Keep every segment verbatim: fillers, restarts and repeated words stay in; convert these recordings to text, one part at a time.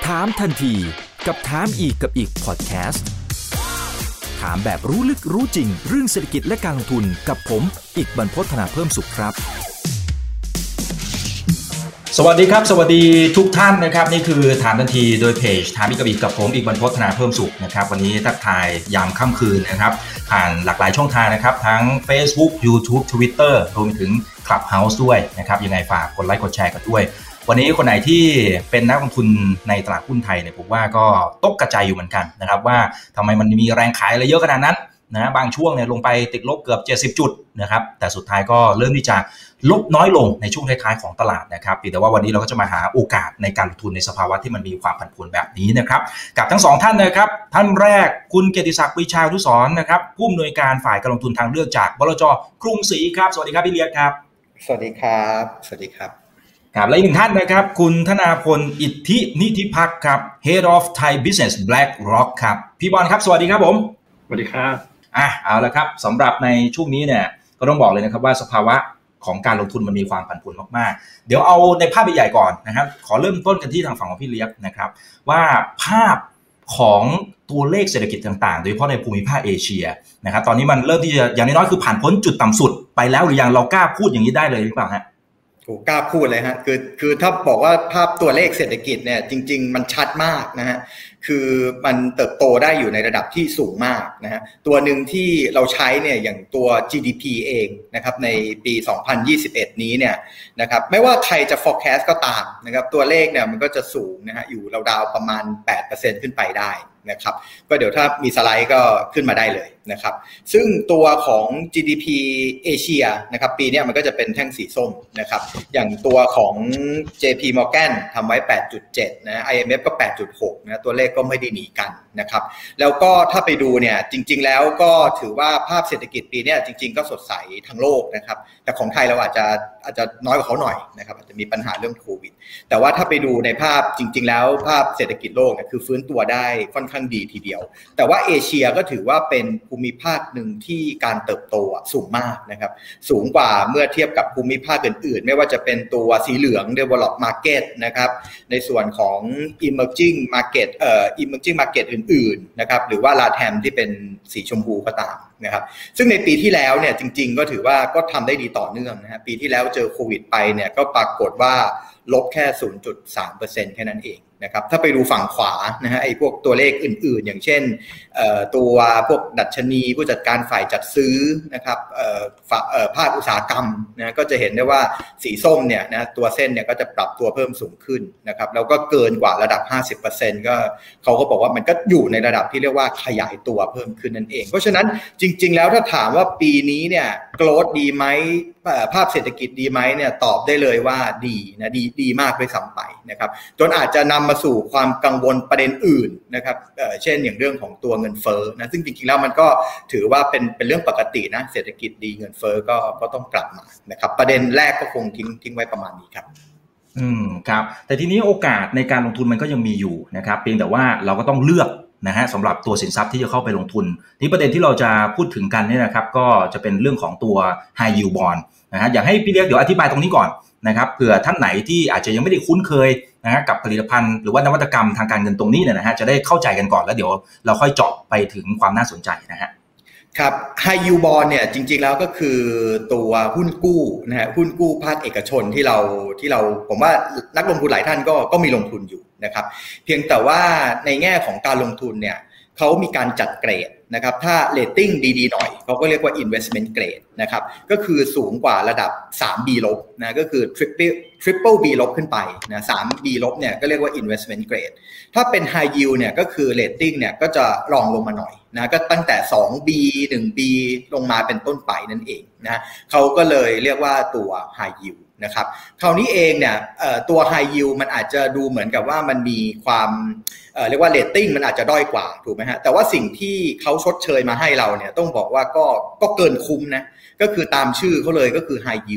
ถามทันทีกับถามอีกกับอีกพอดแคสต์ถามแบบรู้ลึกรู้จริงเรื่องเศรษฐกิจและการลงทุนกับผมอีกบรรพต ธนาเพิ่มสุขครับสวัสดีครับสวัสดีทุกท่านนะครับนี่คือถามทันทีโดยเพจถามอีกกับอีกกับผมอีกบรรพต ธนาเพิ่มสุขนะครับวันนี้ทักทายยามค่ำคืนนะครับผ่านหลากหลายช่องทางนะครับทั้ง Facebook YouTube Twitter รวมถึง Clubhouse ด้วยนะครับยังไงฝากกดไลค์กดแชร์กันด้วยวันนี้คนไหนที่เป็นนักลงทุนในตลาดหุ้นไทยเนี่ยผมว่าก็ตกกระจายอยู่เหมือนกันนะครับว่าทำไมมันมีแรงขายอะไรเยอะขนาดนั้นนะบางช่วงเนี่ยลงไปติดลบเกือบเจ็ดสิบจุดนะครับแต่สุดท้ายก็เริ่มที่จะลบน้อยลงในช่วงท้ายๆของตลาดนะครับแต่ว่าวันนี้เราก็จะมาหาโอกาสในการลงทุนในสภาวะที่มันมีความผันผวนแบบนี้นะครับกับทั้งสองท่านนะครับท่านแรกคุณเกียรติศักดิ์ ปรีชาอนุสรณ์นะครับผู้อำนวยการฝ่ายการลงทุนทางเลือกจากบลจ.กรุงศรีครับสวัสดีครับพี่เลียดครับสวัสดีครับสวัสดีครับครับและอีกหนึ่งท่านนะครับคุณธนาพลอิทธินิธิพักครับ Head of Thai Business BlackRock ครับพี่บอลครับสวัสดีครับผมสวัสดีครับอ่ะเอาละครับสำหรับในช่วงนี้เนี่ยก็ต้องบอกเลยนะครับว่าสภาวะของการลงทุนมันมีความผันผวนมากๆเดี๋ยวเอาในภาพใหญ่ๆก่อนนะครับขอเริ่มต้นกันที่ทางฝั่งของพี่เลียบนะครับว่าภาพของตัวเลขเศรษฐกิจต่างๆโดยเฉพาะในภูมิภาคเอเชียนะครับตอนนี้มันเริ่มที่จะอย่างน้อยๆคือผ่านพ้นจุดต่ำสุดไปแล้วหรือยังเรากล้าพูดอย่างนี้ได้เลยหรือเปล่าฮะโอ้กล้าพูดเลยฮะคือคือถ้าบอกว่าภาพตัวเลขเศรษฐกิจเนี่ยจริงๆมันชัดมากนะฮะคือมันเติบโตได้อยู่ในระดับที่สูงมากนะฮะตัวหนึ่งที่เราใช้เนี่ยอย่างตัว จี ดี พี เองนะครับในปีสองพันยี่สิบเอ็ดนี้เนี่ยนะครับไม่ว่าใครจะ forecast ก็ตามนะครับตัวเลขเนี่ยมันก็จะสูงนะฮะอยู่ราวๆประมาณ แปดเปอร์เซ็นต์ ขึ้นไปได้นะครับก็เดี๋ยวถ้ามีสไลด์ก็ขึ้นมาได้เลยนะครับซึ่งตัวของ จี ดี พี เอเชียนะครับปีนี้มันก็จะเป็นแท่งสีส้มนะครับอย่างตัวของ เจ พี Morgan ทำไว้ แปดจุดเจ็ด นะ ไอ เอ็ม เอฟ ก็ แปดจุดหก นะตัวเลขก็ไม่ได้หนีกันนะครับแล้วก็ถ้าไปดูเนี่ยจริงๆแล้วก็ถือว่าภาพเศรษฐกิจปีนี้จริงๆก็สดใสทั้งโลกนะครับแต่ของไทยเราอาจจะอาจจะน้อยกว่าเขาหน่อยนะครับอาจจะมีปัญหาเรื่องโควิดแต่ว่าถ้าไปดูในภาพจริงๆแล้วภาพเศรษฐกิจโลกเนี่ยคือฟื้นตัวได้ค่อนข้างดีทีเดียวแต่ว่าเอเชียก็ถือว่าเป็นภูมิภาคหนึ่งที่การเติบโตสูงมากนะครับสูงกว่าเมื่อเทียบกับภูมิภาคอื่นๆไม่ว่าจะเป็นตัวสีเหลือง develop market นะครับในส่วนของ emerging market เอ่อ emerging market อื่นๆนะครับหรือว่า ลาแทม ที่เป็นสีชมพูก็ตามนะครับซึ่งในปีที่แล้วเนี่ยจริงๆก็ถือว่าก็ทำได้ดีต่อเนื่องนะฮะปีที่แล้วเจอโควิดไปเนี่ยก็ปรากฏว่าลบแค่ ศูนย์จุดสามเปอร์เซ็นต์ แค่นั้นเองนะครับถ้าไปดูฝั่งขวานะฮะไอ้พวกตัวเลขอื่นๆอย่างเช่นเอ่อตัวพวกดัชนีผู้จัดการฝ่ายจัดซื้อนะครับเอ่อเอ่อภาคอุตสาหกรรมนะก็จะเห็นได้ว่าสีส้มเนี่ยนะตัวเส้นเนี่ยก็จะปรับตัวเพิ่มสูงขึ้นนะครับแล้วก็เกินกว่าระดับ ห้าสิบเปอร์เซ็นต์ ก็เขาก็บอกว่ามันก็อยู่ในระดับที่เรียกว่าขยายตัวเพิ่มขึ้นนั่นเองเพราะฉะนั้นจริงๆแล้วถ้าถามว่าปีนี้เนี่ยโกรธดีไหมภาพเศรษฐกิจดีไหมเนี่ยตอบได้เลยว่าดีนะดีดีมากด้วยซ้ำไปนะครับจนอาจจะนำมาสู่ความกังวลประเด็นอื่นนะครับเอ่อเช่นอย่างเรื่องของตัวเงินเฟ้อนะซึ่งจริงๆแล้วมันก็ถือว่าเป็นเป็นเรื่องปกตินะเศรษฐกิจดีเงินเฟ้อก็ก็ต้องกลับมานะครับประเด็นแรกก็คงทิ้งทิ้งไว้ประมาณนี้ครับอืมครับแต่ทีนี้โอกาสในการลงทุนมันก็ยังมีอยู่นะครับเพียงแต่ว่าเราก็ต้องเลือกนะฮะสำหรับตัวสินทรัพย์ที่จะเข้าไปลงทุนที่ประเด็นที่เราจะพูดถึงกันเนี่ยนะครับก็จะเป็นเรื่องของตัว High Yield Bond นะฮะอยากให้พี่เล็กเดี๋ยวอธิบายตรงนี้ก่อนนะครับเผื่อท่านไหนที่อาจจะยังไม่ได้คุ้นเคยนะฮะกับผลิตภัณฑ์หรือว่านวัตกรรมทางการเงินตรงนี้เนี่ยนะฮะจะได้เข้าใจกันก่อนแล้วเดี๋ยวเราค่อยเจาะไปถึงความน่าสนใจนะฮะครับ High Yield Bond เนี่ยจริงๆแล้วก็คือตัวหุ้นกู้นะฮะหุ้นกู้ภาคเอกชนที่เราที่เราผมว่านักลงทุนหลายท่านก็ก็มีลงทุนอยู่นะครับเพียงแต่ว่าในแง่ของการลงทุนเนี่ยเขามีการจัดเกรดนะครับถ้าเรตติ้งดีๆหน่อยเขาก็เรียกว่า investment grade นะครับก็คือสูงกว่าระดับ ทรี บี ลบนะก็คือ triple triple B ลบขึ้นไปนะ ทรี บี ลบเนี่ยก็เรียกว่า investment grade ถ้าเป็น high yield เนี่ยก็คือเรตติ้งเนี่ยก็จะรองลงมาหน่อยนะก็ตั้งแต่ สอง บี หนึ่ง บี ลงมาเป็นต้นไปนั่นเองนะเขาก็เลยเรียกว่าตัว high yieldนะครับคราวนี้เองเนี่ยตัว high yield มันอาจจะดูเหมือนกับว่ามันมีความเอ่อเรียกว่าเรตติ้งมันอาจจะด้อยกว่าถูกไหมฮะแต่ว่าสิ่งที่เขาชดเชยมาให้เราเนี่ยต้องบอกว่าก็ก็เกินคุ้มนะก็คือตามชื่อเขาเลยก็คือ high yield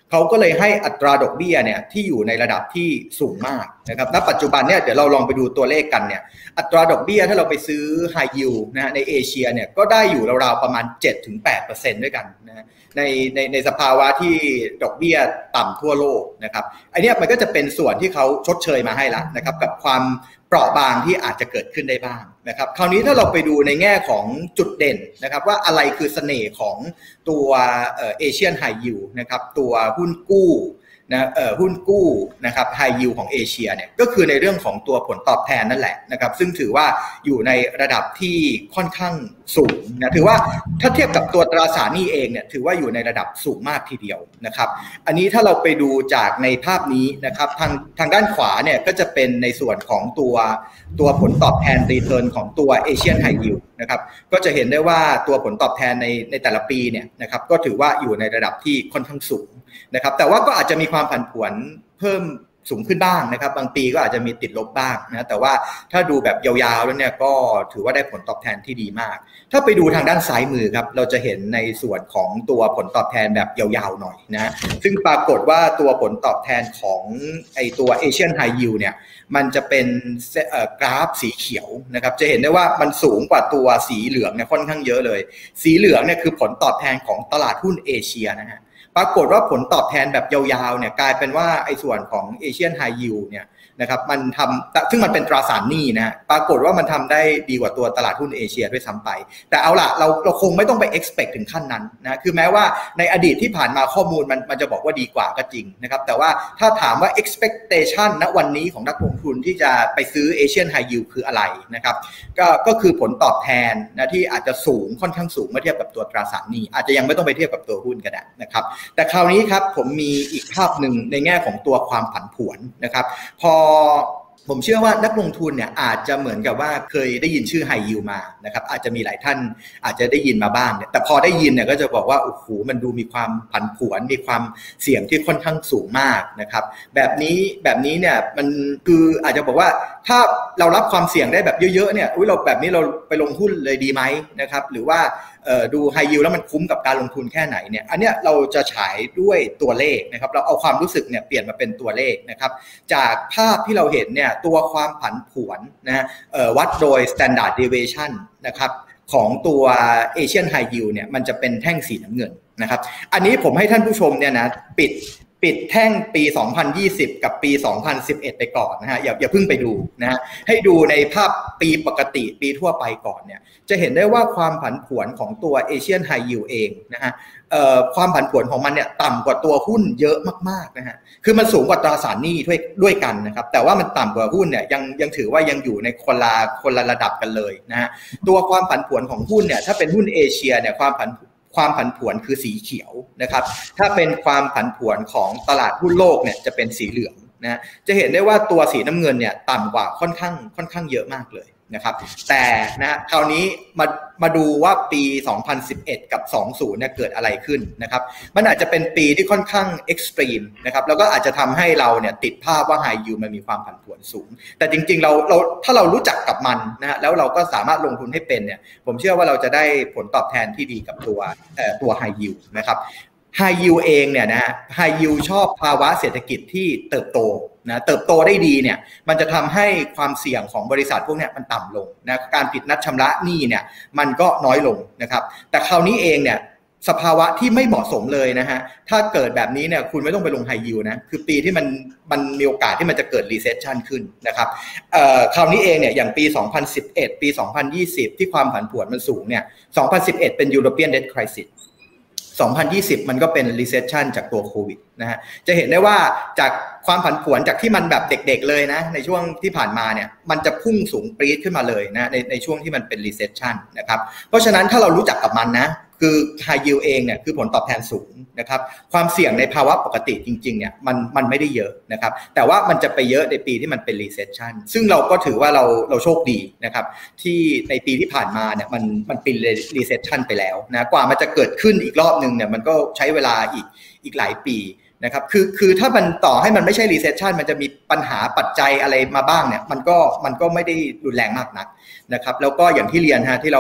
เขาก็เลยให้อัตราดอกเบี้ยเนี่ยที่อยู่ในระดับที่สูงมากนะครับณปัจจุบันเนี่ยเดี๋ยวเราลองไปดูตัวเลขกันเนี่ยอัตราดอกเบี้ยถ้าเราไปซื้อ High Yield นะฮะในเอเชียเนี่ยก็ได้อยู่ราวๆประมาณ เจ็ดถึงแปดเปอร์เซ็นต์ ด้วยกันนะในในในสภาวะที่ดอกเบี้ยต่ำทั่วโลกนะครับไอ้นี่มันก็จะเป็นส่วนที่เขาชดเชยมาให้ละนะครับกับความเปราะบางที่อาจจะเกิดขึ้นได้บ้างนะครับคราวนี้ถ้าเราไปดูในแง่ของจุดเด่นนะครับว่าอะไรคือเสน่ห์ของตัวเอ่อ Asian High Yield นะครับตัวหุ้นกู้นะเอ่อหุ้นกู้นะครับ High Yield ของเอเชียเนี่ยก็คือในเรื่องของตัวผลตอบแทนนั่นแหละนะครับซึ่งถือว่าอยู่ในระดับที่ค่อนข้างสูงนะถือว่าถ้าเทียบกับตัวตราสารหนี้เองเนี่ยถือว่าอยู่ในระดับสูงมากทีเดียวนะครับอันนี้ถ้าเราไปดูจากในภาพนี้นะครับทางทางด้านขวาเนี่ยก็จะเป็นในส่วนของตัวตัวผลตอบแทน return ของตัว Asian High Yield นะครับก็จะเห็นได้ว่าตัวผลตอบแทนในในแต่ละปีเนี่ยนะครับก็ถือว่าอยู่ในระดับที่ค่อนข้างสูงนะครับแต่ว่าก็อาจจะมีความผันผวนเพิ่มสูงขึ้นบ้างนะครับบางปีก็อาจจะมีติดลบบ้างนะแต่ว่าถ้าดูแบบยาวๆแล้วเนี่ยก็ถือว่าได้ผลตอบแทนที่ดีมากถ้าไปดูทางด้านซ้ายมือครับเราจะเห็นในส่วนของตัวผลตอบแทนแบบยาวๆหน่อยนะซึ่งปรากฏว่าตัวผลตอบแทนของไอตัว Asian High Yield เนี่ยมันจะเป็นกราฟสีเขียวนะครับจะเห็นได้ว่ามันสูงกว่าตัวสีเหลืองเนี่ยค่อนข้างเยอะเลยสีเหลืองเนี่ยคือผลตอบแทนของตลาดหุ้นเอเชียนะฮะปรากฏว่าผลตอบแทนแบบยาวๆเนี่ยกลายเป็นว่าไอ้ส่วนของ Asian High Yield เนี่ยนะครับมันทำซึ่งมันเป็นตราสารหนี้นะปรากฏว่ามันทำได้ดีกว่าตัวตลาดหุ้นเอเชียด้วยซ้ำไปแต่เอาล่ะเราเราคงไม่ต้องไป expect ถึงขั้นนั้นนะคือแม้ว่าในอดีตที่ผ่านมาข้อมูลมันมันจะบอกว่าดีกว่าก็จริงนะครับแต่ว่าถ้าถามว่า expectation ณวันนี้ของนักลงทุนที่จะไปซื้อ Asian High Yield คืออะไรนะครับก็ก็คือผลตอบแทนนะที่อาจจะสูงค่อนข้างสูงเมื่อเทียบกับตัวตราสารหนี้อาจจะยังไม่ต้องไปเทียบกับตัวหุ้นก็ได้นะครับแต่คราวนี้ครับผมมีอีกภาพหนึ่งในแง่ของตัวความผันผวนนะครับพอผมเชื่อว่านักลงทุนเนี่ยอาจจะเหมือนกับว่าเคยได้ยินชื่อ High Yield มานะครับอาจจะมีหลายท่านอาจจะได้ยินมาบ้างเนี่ยแต่พอได้ยินเนี่ยก็จะบอกว่าโอ้โหมันดูมีความผันผวนมีความเสี่ยงที่ค่อนข้างสูงมากนะครับแบบนี้แบบนี้เนี่ยมันคืออาจจะบอกว่าถ้าเรารับความเสี่ยงได้แบบเยอะๆเนี่ยอุ๊ยเราแบบนี้เราไปลงหุ้นเลยดีไหมนะครับหรือว่าดู High Yield แล้วมันคุ้มกับการลงทุนแค่ไหนเนี่ยอันเนี้ยเราจะฉายด้วยตัวเลขนะครับเราเอาความรู้สึกเนี่ยเปลี่ยนมาเป็นตัวเลขนะครับจากภาพที่เราเห็นเนี่ยตัวความผันผวนนะวัดโดย Standard Deviation นะครับของตัว Asian High Yield เนี่ยมันจะเป็นแท่งสีน้ำเงินนะครับอันนี้ผมให้ท่านผู้ชมเนี่ยนะปิดปิดแท่งปีสองพันยี่สิบกับปีสองพันสิบเอ็ดไปก่อนนะฮะอย่าอย่าเพิ่งไปดูนะฮะให้ดูในภาพปีปกติปีทั่วไปก่อนเนี่ยจะเห็นได้ว่าความผันผวนของตัว Asian High Yield เองนะฮะเอ่อความผันผวนของมันเนี่ยต่ำกว่าตัวหุ้นเยอะมากๆนะฮะคือมันสูงกว่าตราสารหนี้ด้วยด้วยกันนะครับแต่ว่ามันต่ำกว่าหุ้นเนี่ยยังยังถือว่ายังอยู่ในคนละคนละระดับกันเลยนะฮะตัวความผันผวนของหุ้นเนี่ยถ้าเป็นหุ้นเอเชียเนี่ยความผันความผันผวนคือสีเขียวนะครับถ้าเป็นความผันผวนของตลาดหุ้นโลกเนี่ยจะเป็นสีเหลืองนะจะเห็นได้ว่าตัวสีน้ำเงินเนี่ยต่ำกว่าค่อนข้างค่อนข้างเยอะมากเลยนะครับแต่นะคราวนี้มามาดูว่าปีสองพันสิบเอ็ดกับยี่สิบเนี่ยเกิดอะไรขึ้นนะครับมันอาจจะเป็นปีที่ค่อนข้างเอ็กซ์ตรีมนะครับแล้วก็อาจจะทำให้เราเนี่ยติดภาพว่า High Yield มันมีความผันผวนสูงแต่จริงๆเราเราถ้าเรารู้จักกับมันนะฮะแล้วเราก็สามารถลงทุนให้เป็นเนี่ยผมเชื่อว่าเราจะได้ผลตอบแทนที่ดีกับตัวเอ่อตัว High Yield นะครับ High Yield เองเนี่ยนะฮะ High Yield ชอบภาวะเศรษฐกิจที่เติบโตนะเติบโตได้ดีเนี่ยมันจะทำให้ความเสี่ยงของบริษัทพวกนี้มันต่ำลงนะการผิดนัดชำระหนี้เนี่ยมันก็น้อยลงนะครับแต่คราวนี้เองเนี่ยสภาวะที่ไม่เหมาะสมเลยนะฮะถ้าเกิดแบบนี้เนี่ยคุณไม่ต้องไปลง High Yield นะคือปีที่มันมันมีโอกาสที่มันจะเกิด recession ขึ้นนะครับเอ่อคราวนี้เองเนี่ยอย่างปีสองพันสิบเอ็ดปีสองพันยี่สิบที่ความผันผวนมันสูงเนี่ยสองพันสิบเอ็ดเป็น European Debt Crisisสองพันยี่สิบมันก็เป็น recession จากตัวโควิดนะฮะจะเห็นได้ว่าจากความผันผวนจากที่มันแบบเด็กๆเลยนะในช่วงที่ผ่านมาเนี่ยมันจะพุ่งสูงปรี๊ดขึ้นมาเลยนะในในช่วงที่มันเป็น recession นะครับเพราะฉะนั้นถ้าเรารู้จักกับมันนะคือ High Yield เองเนี่ยคือผลตอบแทนสูงนะครับความเสี่ยงในภาวะปกติจริงๆเนี่ยมันมันไม่ได้เยอะนะครับแต่ว่ามันจะไปเยอะในปีที่มันเป็น recession ซึ่งเราก็ถือว่าเราเราโชคดีนะครับที่ในปีที่ผ่านมาเนี่ยมันมันเป็น recession ไปแล้วนะกว่ามันจะเกิดขึ้นอีกรอบนึงเนี่ยมันก็ใช้เวลาอีกอีกหลายปีนะครับคือคือถ้ามันต่อให้มันไม่ใช่ recession มันจะมีปัญหาปัจจัยอะไรมาบ้างเนี่ยมันก็มันก็ไม่ได้รุนแรงมากนักนะครับแล้วก็อย่างที่เรียนฮะที่เรา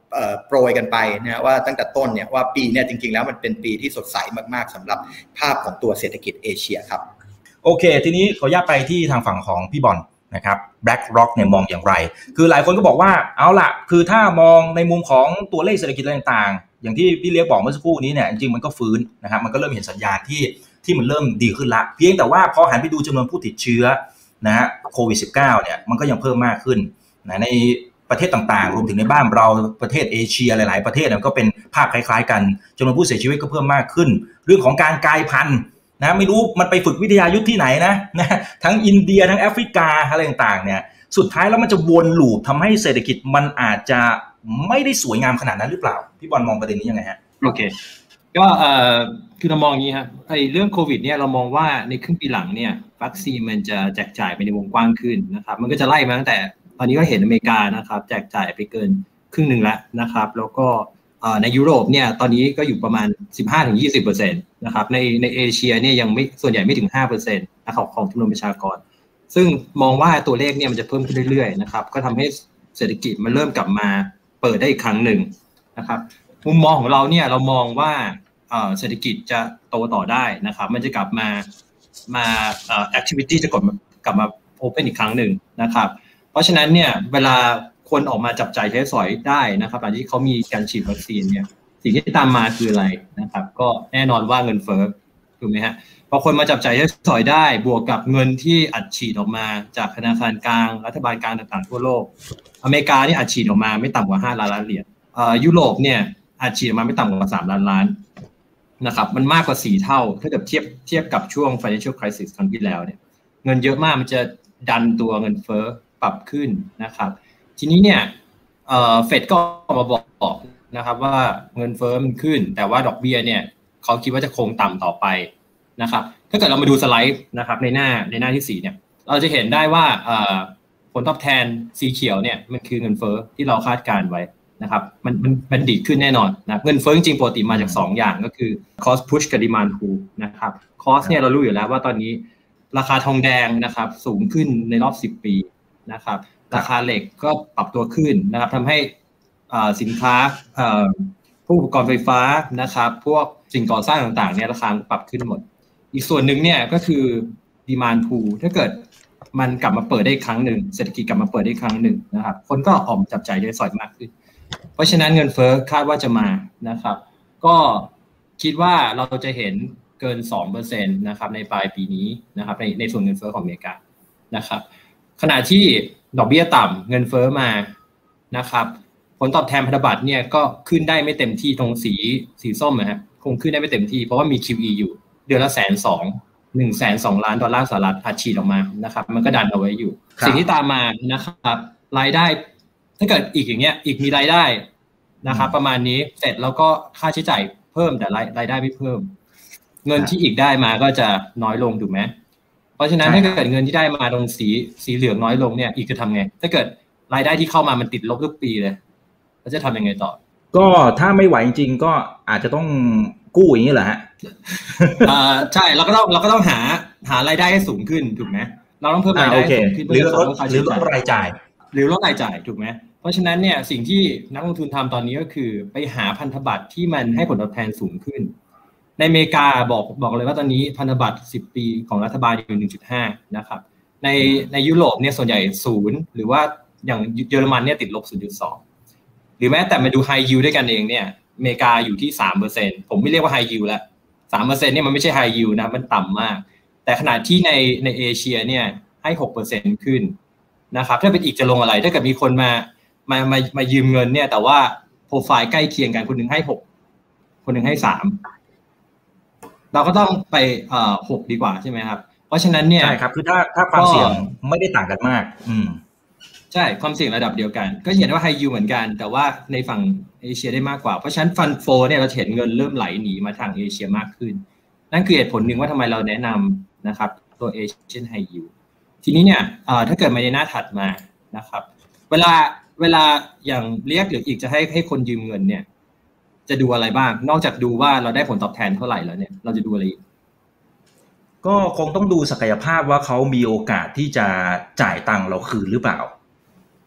โปรยกันไปนะว่าตั้งแต่ต้นเนี่ยว่าปีเนี่ยจริงๆแล้วมันเป็นปีที่สดใสมากๆสำหรับภาพของตัวเศรษฐกิจเอเชียครับโอเคทีนี้ขออนุญาตไปที่ทางฝั่งของพี่บอลนะครับ BlackRock เนี่ยมองอย่างไรคือหลายคนก็บอกว่าเอาล่ะคือถ้ามองในมุมของตัวเลขเศรษฐกิจต่างๆอย่างที่พี่เลี้ยงบอกเมื่อสักครู่นี้เนี่ยจริงๆมันก็ฟื้นนะครับมันก็เริ่มเห็นสัญญาณที่ที่มันเริ่มดีขึ้นละเพียงแต่ว่าพอหันไปดูจำนวนผู้ติดเชื้อนะฮะโควิด สิบเก้า เนี่ยมันก็ยังเพิ่มมากขึ้นนะในประเทศต่างๆรวมถึงในบ้านเราประเทศเอเชียหลายๆประเทศก็เป็นภาพคล้ายๆกันจำนวนผู้เสียชีวิตก็เพิ่มมากขึ้นเรื่องของการกลายพันธุ์นะไม่รู้มันไปฝึกวิทยายุทธที่ไหนนะนะทั้งอินเดียทั้งแอฟริกาอะไรต่างๆเนี่ยสุดท้ายแล้วมันจะวนลูปทำให้เศรษฐกิจมันอาจจะไม่ได้สวยงามขนาดนั้นหรือเปล่าพี่บอลมองประเด็นนี้ยังไงฮะโอเคก็เอ่อคือเรามองอย่างนี้ครับไอ้เรื่องโควิดเนี่ยเรามองว่าในครึ่งปีหลังเนี่ยวัคซีนมันจะแจกจ่ายไปในวงกว้างขึ้นนะครับมันก็จะไล่มาตั้งแต่ตอนนี้ก็เห็นอเมริกานะครับแจกจ่ายไปเกินครึ่งนึงแล้วนะครับแล้วก็ในยุโรปเนี่ยตอนนี้ก็อยู่ประมาณ สิบห้าถึงยี่สิบเปอร์เซ็นต์ นะครับในในเอเชียเนี่ยยังไม่ส่วนใหญ่ไม่ถึง ห้าเปอร์เซ็นต์ นะครับของจำนวนประชากรซึ่งมองว่าตัวเลขเนี่ยมันจะเพิ่มขึ้นเรื่อยๆนะครับก็ทำให้เศรษฐกิจมันเริ่มกลับมาเปิดได้อีกครั้งหนึ่งนะครับมุมมองของเราเนี่ยเรามองว่าเศรษฐกิจจะโตต่อได้นะครับมันจะกลับมามาเอ่อ activity จะกลับมากลับมา open อีกครั้งหนึ่งนะครับเพราะฉะนั้นเนี่ยเวลาคนออกมาจับจ่ายใช้สอยได้นะครับหลังที่เขามีการฉีดวัคซีนเนี่ยสิ่งที่ตามมาคืออะไรนะครับก็แน่นอนว่าเงินเฟ้อถูกไหมฮะพอคนมาจับจ่ายใช้สอยได้บวกกับเงินที่อัดฉีดออกมาจากธนาคารกลางรัฐบาลกลางต่างๆทั่วโลกอเมริกานี่อัดฉีดออกมาไม่ต่ำกว่าห้าล้านล้านเหรียญเอ่อยุโรปเนี่ยอัดฉีดออกมาไม่ต่ำกว่าสามล้านล้านนะครับมันมากกว่าสี่เท่าถ้าเกิดเทียบเทียบกับช่วง financial crisis ครั้งที่แล้วเนี่ยเงินเยอะมากมันจะดันตัวเงินเฟ้อปรับขึ้นนะครับทีนี้เนี่ยเอ่อเฟดก็ออกมาบอกนะครับว่าเงินเฟ้อมันขึ้นแต่ว่าดอกเบี้ยเนี่ยเขาคิดว่าจะคงต่ำต่อไปนะครับถ้าเกิดเรามาดูสไลด์นะครับในหน้าในหน้าที่สี่เนี่ยเราจะเห็นได้ว่าเอ่อผลตอบแทนสีเขียวเนี่ยมันคือเงินเฟ้อที่เราคาดการไว้นะครับมันมันมันดีขึ้นแน่นอนนะเงินเฟ้อจริงๆปกติมาจากสองอย่างก็คือ cost push กับ demand pull นะครับ cost เนี่ยเรารู้อยู่แล้วว่าตอนนี้ราคาทองแดงนะครับสูงขึ้นในรอบสิบปีนะครับราคาเหล็กก็ปรับตัวขึ้นนะครับทำให้สินค้าพวกอุปกรณ์ไฟฟ้านะครับพวกสิ่งก่อสร้างต่างๆเนี่ยราคาปรับขึ้นหมดอีกส่วนหนึ่งเนี่ยก็คือ demand pull ถ้าเกิดมันกลับมาเปิดได้ครั้งหนึ่งเศรษฐกิจกลับมาเปิดได้ครั้งหนึ่งนะครับคนก็ออกจับจ่ายใช้สอยมากขึ้นเพราะฉะนั้นเงินเฟ้อคาดว่าจะมานะครับก็คิดว่าเราจะเห็นเกิน สองเปอร์เซ็นต์ นะครับในปลายปีนี้นะครับในในส่วนเงินเฟ้อของอเมริกานะครับขณะที่ดอกเบี้ยต่ำเงินเฟ้อมานะครับผลตอบแทนพันธบัตรเนี่ยก็ขึ้นได้ไม่เต็มที่ตรงสีสีส้มนะฮะคงขึ้นได้ไม่เต็มที่เพราะว่ามี คิว อี อยู่เดือนละแสนสองหนึ่งแสนสองล้านดอลลาร์สหรัฐอัดฉีดออกมานะครับมันก็ดันเอาไว้อยู่สิ่งที่ตามมานะครับรายได้ถ้าเกิดอีกอย่างเงี้ยอีกมีรายได้นะครับประมาณนี้เสร็จแล้วก็ค่าใช้จ่ายเพิ่มแต่รายได้ไม่เพิ่มเงินที่อีกได้มาก็จะน้อยลงถูกไหมเพราะฉะนั้นถ้าเกิดเงินที่ได้มาตรงสีสีเหลืองน้อยลงเนี่ยอีกจะทำไงถ้าเกิดรายได้ที่เข้ามามันติดลบทุกปีเลยแล้วจะทำยังไงต่อก็ถ้าไม่ไหวจริงๆก็อาจจะต้องกู้อย่างนี้เหรอฮะอ่าใช่เราก็ต้องเราก็ต้องหาหารายได้ให้สูงขึ้นถูกไหมเราต้องเพิ่มรายได้สูงขึ้นหรือลดหรือลดรายจ่ายหรือลดรายจ่ายถูกไหมเพราะฉะนั้นเนี่ยสิ่งที่นักลงทุนทำตอนนี้ก็คือไปหาพันธบัตรที่มันให้ผลตอบแทนสูงขึ้นในอเมริกาบอกบอกเลยว่าตอนนี้พันธบัตรสิบปีของรัฐบาลอยู่ หนึ่งจุดห้า นะครับในในยุโรปเนี่ยส่วนใหญ่ศูนย์หรือว่าอย่างเยอรมันเนี่ยติดลบ ศูนย์จุดสอง หรือแม้แต่มาดู high yield ด้วยกันเองเนี่ยอเมริกาอยู่ที่ สามเปอร์เซ็นต์ ผมไม่เรียกว่า high yield แล้ว สามเปอร์เซ็นต์ เนี่ยมันไม่ใช่ high yield นะมันต่ำมากแต่ขณะที่ในในเอเชียเนี่ยให้ หกเปอร์เซ็นต์ ขึ้นนะครับถ้าเป็นอีกจะลงอะไรถ้าเกิดมีคนมามามามายืมเงินเนี่ยแต่ว่าโปรไฟล์ใกล้เคียงกันคนนึงให้หกคนนึงให้สามเราก็ต้องไปเอ่อหกดีกว่าใช่ไหมครับเพราะฉะนั้นเนี่ยใช่ครับคือถ้าถ้าความเสี่ยงไม่ได้ต่างกันมากอืมใช่ความเสี่ยงระดับเดียวกันก็เห็นว่าไฮยิวเหมือนกันแต่ว่าในฝั่งเอเชียได้มากกว่าเพราะฉะนั้นฟันโฟเนี่ยเราเห็นเงินเริ่มไหลหนีมาทางเอเชียมากขึ้นนั่นคือเหตุผลหนึ่งว่าทำไมเราแนะนำนะครับตัวเอเชียนไฮยิวทีนี้เนี่ยถ้าเกิดมาในหน้าถัดมานะครับเวลาเวลาอย่างเรียกหรืออีกจะให้ให้คนยืมเงินเนี่ยจะดูอะไรบ้างนอกจากดูว่าเราได้ผลตอบแทนเท่าไหร่แล้วเนี่ยเราจะดูอะไรก็คงต้องดูศักยภาพว่าเขามีโอกาสที่จะจ่ายตังค์เราคืนหรือเปล่า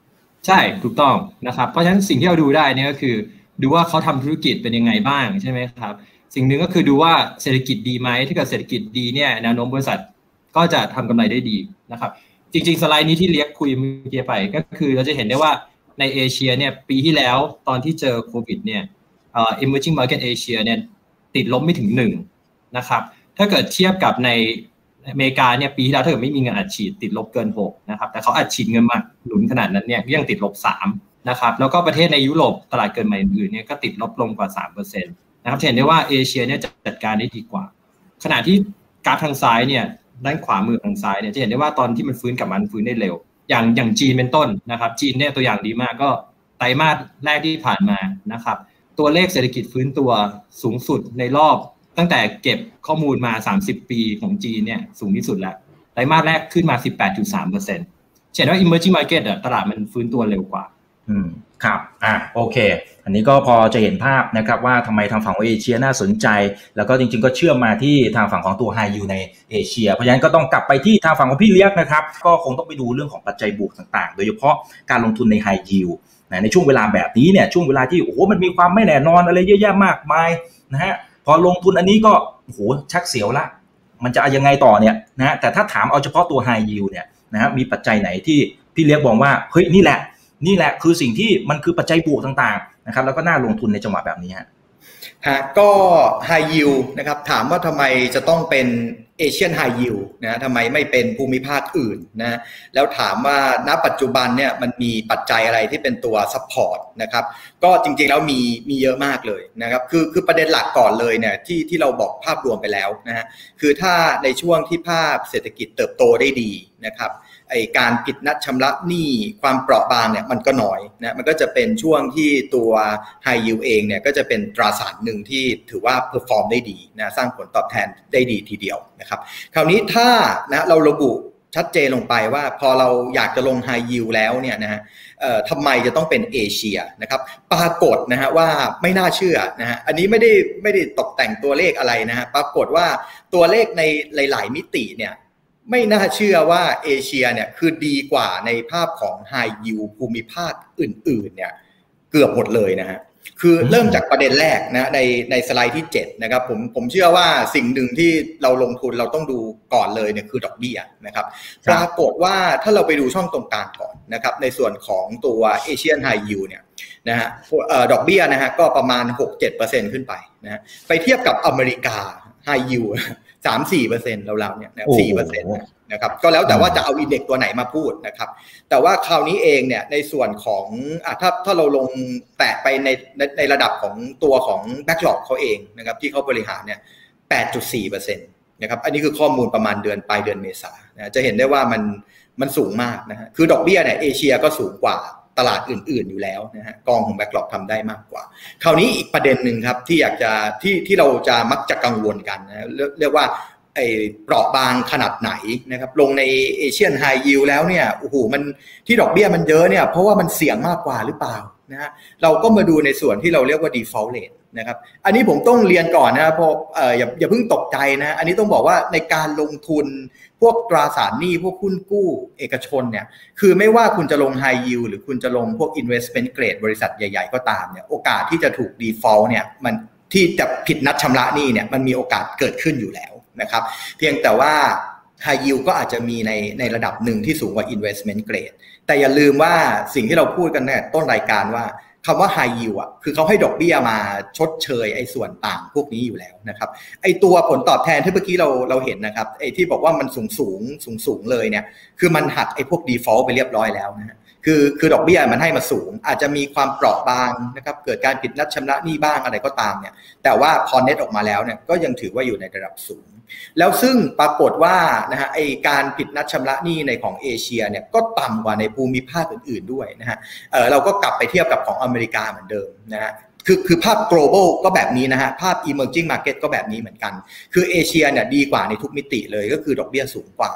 ใช่ถูกต้องนะครับเพราะฉะนั้นสิ่งที่เราดูได้เนี่ยก็คือดูว่าเขาทำธุรกิจเป็นยังไงบ้างใช่ไหมครับสิ่งหนึ่งก็คือดูว่าเศรษฐกิจดีไหมถ้าเกิดเศรษฐกิจดีเนี่ยแนวโน้มบริษัทก็จะทำกำไรได้ดีนะครับจริงๆสไลด์นี้ที่เรียกคุยเมื่อกี้ไปก็คือเราจะเห็นได้ว่าในเอเชียเนี่ยปีที่แล้วตอนที่เจอโควิดเนี่ยเอ่อ emerging market Asia เนี่ยติดลบไม่ถึงหนึ่งนะครับถ้าเกิดเทียบกับในอเมริกาเนี่ยปีที่แล้วถ้าเกิดไม่มีเงินอัดฉีดติดลบเกินหกนะครับแต่เขาอัดฉีดเงินมาหนุนขนาดนั้นเนี่ยยังติดลบสามนะครับแล้วก็ประเทศในยุโรปตลาดเกิดใหม่อื่นๆเนี่ยก็ติดลบลงกว่า สามเปอร์เซ็นต์ นะครับเห็นได้ว่าเอเชียเนี่ยจัดการได้ดีกว่าขณะที่กราฟทางซ้ายเนี่ยด้านขวามือทางซ้ายเนี่ยจะเห็นได้ว่าตอนที่มันฟื้นกลับมาฟื้นได้เร็วอย่างอย่างจีนเป็นต้นนะครับจีนเนี่ยตัวอย่างดีมากก็ไตรมาสแรกที่ผ่านมานะครับตัวเลขเศรษฐกิจฟื้นตัวสูงสุดในรอบตั้งแต่เก็บข้อมูลมาสามสิบปีของจีนเนี่ยสูงที่สุดแล้วไตรมาสแรกขึ้นมา สิบแปดจุดสามเปอร์เซ็นต์ เห็นว่า emerging market อ่ะตลาดมันฟื้นตัวเร็วกว่าอืมครับอ่ะโอเคอันนี้ก็พอจะเห็นภาพนะครับว่าทำไมทางฝั่งของเอเชียน่าสนใจแล้วก็จริงๆก็เชื่อมมาที่ทางฝั่งของตัว High Yield ในเอเชียเพราะฉะนั้นก็ต้องกลับไปที่ทางฝั่งของพี่เลี้ยงนะครับก็คงต้องไปดูเรื่องของปัจจัยบวกต่างๆโดยเฉพาะการลงทุนใน High Yield นะในช่วงเวลาแบบนี้เนี่ยช่วงเวลาที่โอ้โหมันมีความไม่แน่นอนอะไรเยอะแยะมากมายนะฮะพอลงทุนอันนี้ก็โอ้โหชักเสียวละมันจะยังไงต่อเนี่ยนะฮะแต่ถ้าถามเอาเฉพาะตัว High Yield เนี่ยนะฮะมีปัจจัยไหนที่พี่เลี้ยงบอกว่าเฮ้ยนี่แหละนี่แหละคือสิ่งที่มันคือปัจจัยบวกต่างๆนะครับแล้วก็น่าลงทุนในจังหวะแบบนี้ฮะฮะก็ High Yield นะครับถามว่าทำไมจะต้องเป็น Asian High Yield นะทำไมไม่เป็นภูมิภาคอื่นนะแล้วถามว่าณปัจจุบันเนี่ยมันมีปัจจัยอะไรที่เป็นตัว support นะครับก็จริงๆแล้วมีมีเยอะมากเลยนะครับคือคือประเด็นหลักก่อนเลยเนี่ยที่ที่เราบอกภาพรวมไปแล้วนะฮะคือถ้าในช่วงที่ภาพเศรษฐกิจเติบโตได้ดีนะครับไอการผิดนัดชำระหนี้ความเปราะบางเนี่ยมันก็น้อยนะมันก็จะเป็นช่วงที่ตัว High Yield เองเนี่ยก็จะเป็นตราสารหนึ่งที่ถือว่าเพอร์ฟอร์มได้ดีนะสร้างผลตอบแทนได้ดีทีเดียวนะครับคราวนี้ถ้านะเราระบุชัดเจนลงไปว่าพอเราอยากจะลง High Yield แล้วเนี่ยนะฮะเอ่อทำไมจะต้องเป็นเอเชียนะครับปรากฏนะฮะว่าไม่น่าเชื่อนะฮะอันนี้ไม่ได้ไม่ได้ตกแต่งตัวเลขอะไรนะฮะปรากฏว่าตัวเลขในหลายๆมิติเนี่ยไม่น่าเชื่อว่าเอเชียเนี่ยคือดีกว่าในภาพของ High Yield ภูมิภาคอื่นๆเนี่ยเกือบหมดเลยนะฮะคือเริ่มจากประเด็นแรกนะในในสไลด์ที่เจ็ดนะครับผมผมเชื่อว่าสิ่งหนึ่งที่เราลงทุนเราต้องดูก่อนเลยเนี่ยคือดอกเบี้ยนะครับปรากฏว่าถ้าเราไปดูช่องตรงกลางก่อนนะครับในส่วนของตัว Asian High Yield เนี่ยนะฮะเอ่อดอกเบี้ยนะฮะก็ประมาณ หกถึงเจ็ดเปอร์เซ็นต์ ขึ้นไปนะไปเทียบกับอเมริกา High Yield สามถึงสี่เปอร์เซ็นต์ เราๆเนี่ยนะ สี่เปอร์เซ็นต์ นะครับก็แล้วแต่ว่าจะเอาอินเด็กซ์ตัวไหนมาพูดนะครับแต่ว่าคราวนี้เองเนี่ยในส่วนของอ่ะถ้าถ้าเราลงแตะไปในในในระดับของตัวของ backlog เขาเองนะครับที่เขาบริหารเนี่ย แปดจุดสี่เปอร์เซ็นต์ นะครับอันนี้คือข้อมูลประมาณเดือนปลายเดือนเมษายนนะจะเห็นได้ว่ามันมันสูงมากนะฮะคือดอกเบี้ยเนี่ยเอเชียก็สูงกว่าตลาดอื่นๆอยู่แล้วนะฮะกองของ backlog ทำได้มากกว่าคราวนี้อีกประเด็นหนึ่งครับที่อยากจะที่ที่เราจะมักจะกังวลกันนะเรียกเรียกว่าไอ้เปราะบางขนาดไหนนะครับลงใน Asian High Yield แล้วเนี่ยโอ้โหมันที่ดอกเบี้ยมันเยอะเนี่ยเพราะว่ามันเสี่ยงมากกว่าหรือเปล่านะฮะเราก็มาดูในส่วนที่เราเรียกว่า default rate นะครับอันนี้ผมต้องเรียนก่อนนะเพราะเอ่ออย่าอย่าเพิ่งตกใจนะอันนี้ต้องบอกว่าในการลงทุนพวกตราสารหนี้พวกหุ้นกู้เอกชนเนี่ยคือไม่ว่าคุณจะลง High Yield หรือคุณจะลงพวก investment grade บริษัทใหญ่ๆก็ตามเนี่ยโอกาสที่จะถูก default เนี่ยมันที่จะผิดนัดชำระหนี้เนี่ยมันมีโอกาสเกิดขึ้นอยู่แล้วนะครับเพียงแต่ว่า High Yield ก็อาจจะมีในในระดับหนึ่งที่สูงกว่า investment grade แต่อย่าลืมว่าสิ่งที่เราพูดกันเนี่ยต้นรายการว่าคำว่า High Yield อ่ะคือเขาให้ดอกเบี้ยมาชดเชยไอ้ส่วนต่างพวกนี้อยู่แล้วนะครับไอ้ตัวผลตอบแทนที่เมื่อกี้เราเราเห็นนะครับไอ้ที่บอกว่ามันสูงสูงสูงสูงเลยเนี่ยคือมันหักไอ้พวก default ไปเรียบร้อยแล้วนะฮะคือคือดอกเบี้ยมันให้มาสูงอาจจะมีความเปราะบางนะครับเกิดการผิดนัดชำระหนี้บ้างอะไรก็ตามเนี่ยแต่ว่าพอเน็ตออกมาแล้วเนี่ยก็ยังถือว่าอยู่ในระดับสูงแล้วซึ่งปรากฏว่านะฮะไอการผิดนัดชำระหนี้ในของเอเชียเนี่ยก็ต่ำกว่าในภูมิภาคอื่นๆด้วยนะฮะเออเราก็กลับไปเทียบกับของอเมริกาเหมือนเดิมนะฮะคือคือภาพ global ก็แบบนี้นะฮะภาพ emerging market ก็แบบนี้เหมือนกันคือเอเชียเนี่ยดีกว่าในทุกมิติเลยก็คือดอกเบี้ยสูงกว่า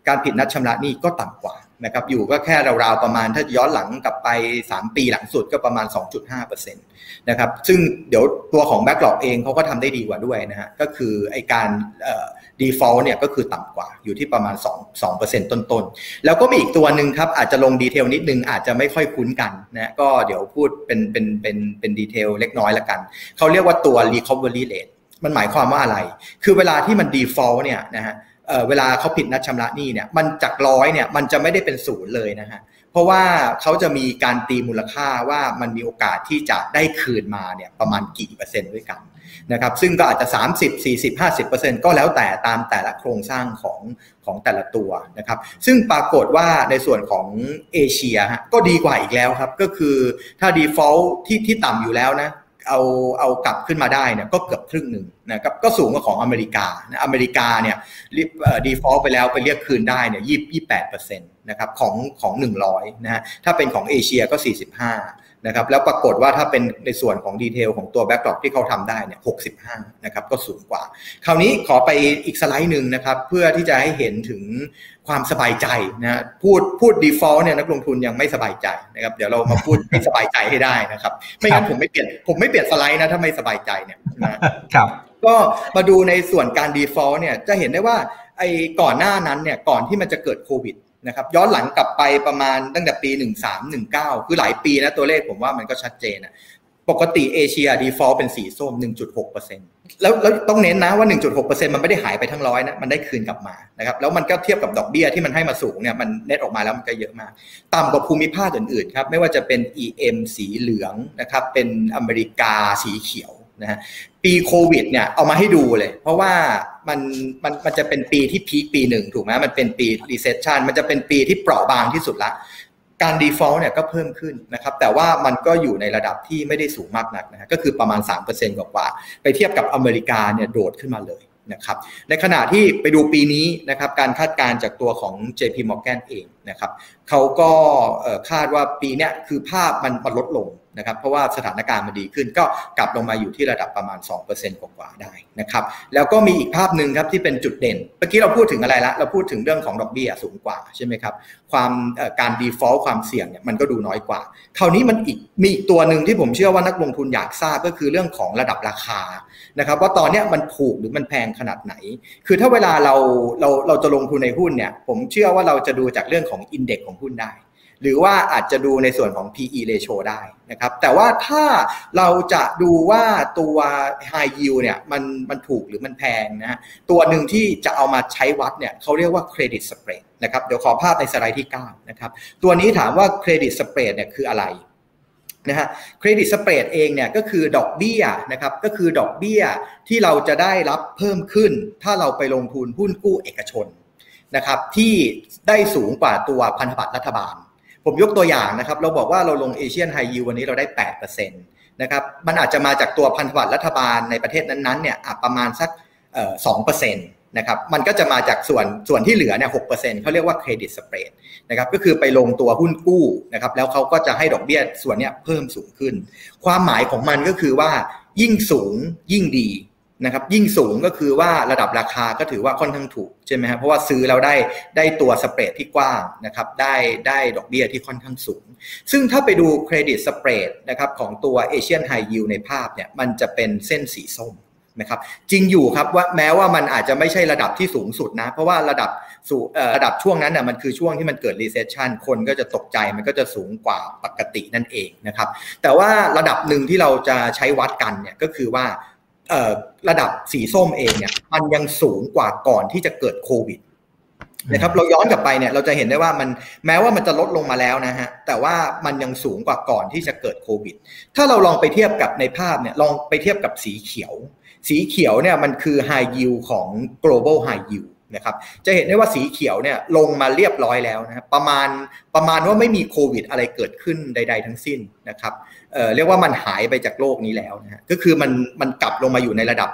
การผิดนัดชำระหนี้ก็ต่ำกว่านะครับอยู่ก็แค่ราวๆประมาณถ้าย้อนหลังกลับไปสามปีหลังสุดก็ประมาณ สองจุดห้าเปอร์เซ็นต์ นะครับซึ่งเดี๋ยวตัวของ Backlog เองเขาก็ทำได้ดีกว่าด้วยนะฮะก็คือไอ้การเอ่อ default เนี่ยก็คือต่ำกว่าอยู่ที่ประมาณสอง สองเปอร์เซ็นต์ ต้นๆแล้วก็มีอีกตัวนึงครับอาจจะลงดีเทลนิดนึงอาจจะไม่ค่อยคุ้นกันนะก็เดี๋ยวพูดเป็นเป็นเป็นเป็นดีเทลเล็กน้อยละกันเขาเรียกว่าตัว recovery rate มันหมายความว่าอะไรคือเวลาที่มัน default เนี่ยนะฮะเอ่อเวลาเขาผิดนัดชำระหนี้เนี่ยมันจากร้อยเนี่ยมันจะไม่ได้เป็นศูนย์เลยนะฮะเพราะว่าเขาจะมีการตีมูลค่าว่ามันมีโอกาสที่จะได้คืนมาเนี่ยประมาณกี่เปอร์เซ็นต์ด้วยกันนะครับซึ่งก็อาจจะสามสิบ สี่สิบ ห้าสิบเปอร์เซ็นต์ ก็แล้วแต่ตามแต่ละโครงสร้างของของแต่ละตัวนะครับซึ่งปรากฏว่าในส่วนของเอเชียฮะก็ดีกว่าอีกแล้วครับก็คือถ้า default ที่ที่ต่ำอยู่แล้วนะเอาเอากลับขึ้นมาได้เนี่ยก็เกือบครึ่งหนึ่งนะครับก็สูงกว่าของอเมริกานะอเมริกาเนี่ยเอ่อ default ไปแล้วไปเรียกคืนได้เนี่ยยี่สิบแปดเปอร์เซ็นต์ นะครับของของหนึ่งร้อยนะฮะถ้าเป็นของเอเชียก็สี่สิบห้านะครับแล้วปรากฏว่าถ้าเป็นในส่วนของดีเทลของตัว Backlog ที่เขาทำได้เนี่ยหกสิบห้านะครับก็สูงกว่าคราวนี้ขอไปอีกสไลด์นึงนะครับเพื่อที่จะให้เห็นถึงความสบายใจนะพูดพูด default เนี่ยนักลงทุนยังไม่สบายใจนะครับเดี๋ยวเรามาพูดให้สบายใจให้ได้นะครับไม่งั้นผมไม่เปลี่ยนผมไม่เปลี่ยนสไลด์นะถ้าไม่สบายใจเนี่ยนะครับก็มาดูในส่วนการ default เนี่ยจะเห็นได้ว่าไอ้ก่อนหน้านั้นเนี่ยก่อนที่มันจะเกิดโควิดนะครับย้อนหลังกลับไปประมาณตั้งแต่ปีหนึ่งสาม หนึ่งเก้าคือหลายปีนะตัวเลขผมว่ามันก็ชัดเจนนะปกติเอเชีย default เป็นสีส้ม หนึ่งจุดหกเปอร์เซ็นต์ แล้วแล้วต้องเน้นนะว่า หนึ่งจุดหกเปอร์เซ็นต์ มันไม่ได้หายไปทั้งร้อยนะมันได้คืนกลับมานะครับแล้วมันก็เทียบกับดอกเบี้ยที่มันให้มาสูงเนี่ยมันเน็ตออกมาแล้วมันก็เยอะมากต่ำกว่าภูมิภาคอื่นๆครับไม่ว่าจะเป็น อี เอ็ม สีเหลืองนะครับเป็นอเมริกาสีเขียวนะฮะปีโควิดเนี่ยเอามาให้ดูเลยเพราะว่ามันมันมันจะเป็นปีที่พีคปีหนึ่งถูกไหมมันเป็นปี recession มันจะเป็นปีที่เปราะบางที่สุดละการ default เนี่ยก็เพิ่มขึ้นนะครับแต่ว่ามันก็อยู่ในระดับที่ไม่ได้สูงมากนักนะฮะก็คือประมาณ สามเปอร์เซ็นต์ กว่าๆไปเทียบกับอเมริกาเนี่ยโดดขึ้นมาเลยนะครับในขณะที่ไปดูปีนี้นะครับการคาดการณ์จากตัวของ เจ พี Morgan เองนะครับเขาก็คาดว่าปีเนี้ยคือภาพมันลดลงนะครับเพราะว่าสถานการณ์มันดีขึ้นก็กลับลงมาอยู่ที่ระดับประมาณ สองเปอร์เซ็นต์ กว่าๆได้นะครับแล้วก็มีอีกภาพนึงครับที่เป็นจุดเด่นเมื่อกี้เราพูดถึงอะไรละเราพูดถึงเรื่องของดอกเบี้ยสูงกว่าใช่ไหมครับความการ default ความเสี่ยงเนี่ยมันก็ดูน้อยกว่าคราวนี้มันอีกมีอีกตัวนึงที่ผมเชื่อว่านักลงทุนอยากทราบก็คือเรื่องของระดับราคานะครับว่าตอนนี้มันถูกหรือมันแพงขนาดไหนคือถ้าเวลาเราเราเราจะลงทุนในหุ้นเนี่ยผมเชื่อว่าเราจะดูจากเรื่องของ index ของหุ้นได้หรือว่าอาจจะดูในส่วนของ พี อี ratio ได้นะครับแต่ว่าถ้าเราจะดูว่าตัว high yield เนี่ยมันมันถูกหรือมันแพงนะฮะตัวหนึ่งที่จะเอามาใช้วัดเนี่ยเขาเรียกว่า credit spread นะครับเดี๋ยวขอภาพในสไลด์ที่เก้านะครับตัวนี้ถามว่า credit spread เนี่ยคืออะไรนะฮะ credit spread เองเนี่ยก็คือดอกเบี้ยนะครับก็คือดอกเบี้ยที่เราจะได้รับเพิ่มขึ้นถ้าเราไปลงทุนหุ้นกู้เอกชนนะครับที่ได้สูงกว่าตัวพันธบัตรรัฐบาลผมยกตัวอย่างนะครับเราบอกว่าเราลง Asian High Yield วันนี้เราได้ แปดเปอร์เซ็นต์ นะครับมันอาจจะมาจากตัวพันธบัตรรัฐบาลในประเทศนั้นๆเนี่ยประมาณสักเอ่อ สองเปอร์เซ็นต์ นะครับมันก็จะมาจากส่วนส่วนที่เหลือเนี่ย หกเปอร์เซ็นต์ เขาเรียกว่า credit spread นะครับก็คือไปลงตัวหุ้นกู้นะครับแล้วเขาก็จะให้ดอกเบี้ยส่วนเนี้ยเพิ่มสูงขึ้นความหมายของมันก็คือว่ายิ่งสูงยิ่งดีนะครับยิ่งสูงก็คือว่าระดับราคาก็ถือว่าค่อนข้างถูกใช่ไหมครับเพราะว่าซื้อแล้วได้ได้ตัวสเปรดที่กว้างนะครับได้ได้ดอกเบี้ยที่ค่อนข้างสูงซึ่งถ้าไปดูเครดิตสเปรดนะครับของตัว Asian High Yield ในภาพเนี่ยมันจะเป็นเส้นสีส้มนะครับจริงอยู่ครับว่าแม้ว่ามันอาจจะไม่ใช่ระดับที่สูงสุดนะเพราะว่าระดับสู่ระดับช่วงนั้นน่ะมันคือช่วงที่มันเกิด recession คนก็จะตกใจมันก็จะสูงกว่าปกตินั่นเองนะครับแต่ว่าระดับหนึ่งที่เราจะใช้วัดกันเนี่ยก็คือว่าระดับสีส้มเองเนี่ยมันยังสูงกว่าก่อนที่จะเกิดโควิดนะครับเราย้อนกลับไปเนี่ยเราจะเห็นได้ว่ามันแม้ว่ามันจะลดลงมาแล้วนะฮะแต่ว่ามันยังสูงกว่าก่อนที่จะเกิดโควิดถ้าเราลองไปเทียบกับในภาพเนี่ยลองไปเทียบกับสีเขียวสีเขียวเนี่ยมันคือ high yield ของ global high yield นะครับจะเห็นได้ว่าสีเขียวเนี่ยลงมาเรียบร้อยแล้วนะประมาณประมาณว่าไม่มีโควิดอะไรเกิดขึ้นใดๆทั้งสิ้นนะครับเอ่อเรียกว่ามันหายไปจากโลกนี้แล้วนะฮะก็คือมันมันกลับลงมาอยู่ในระดับ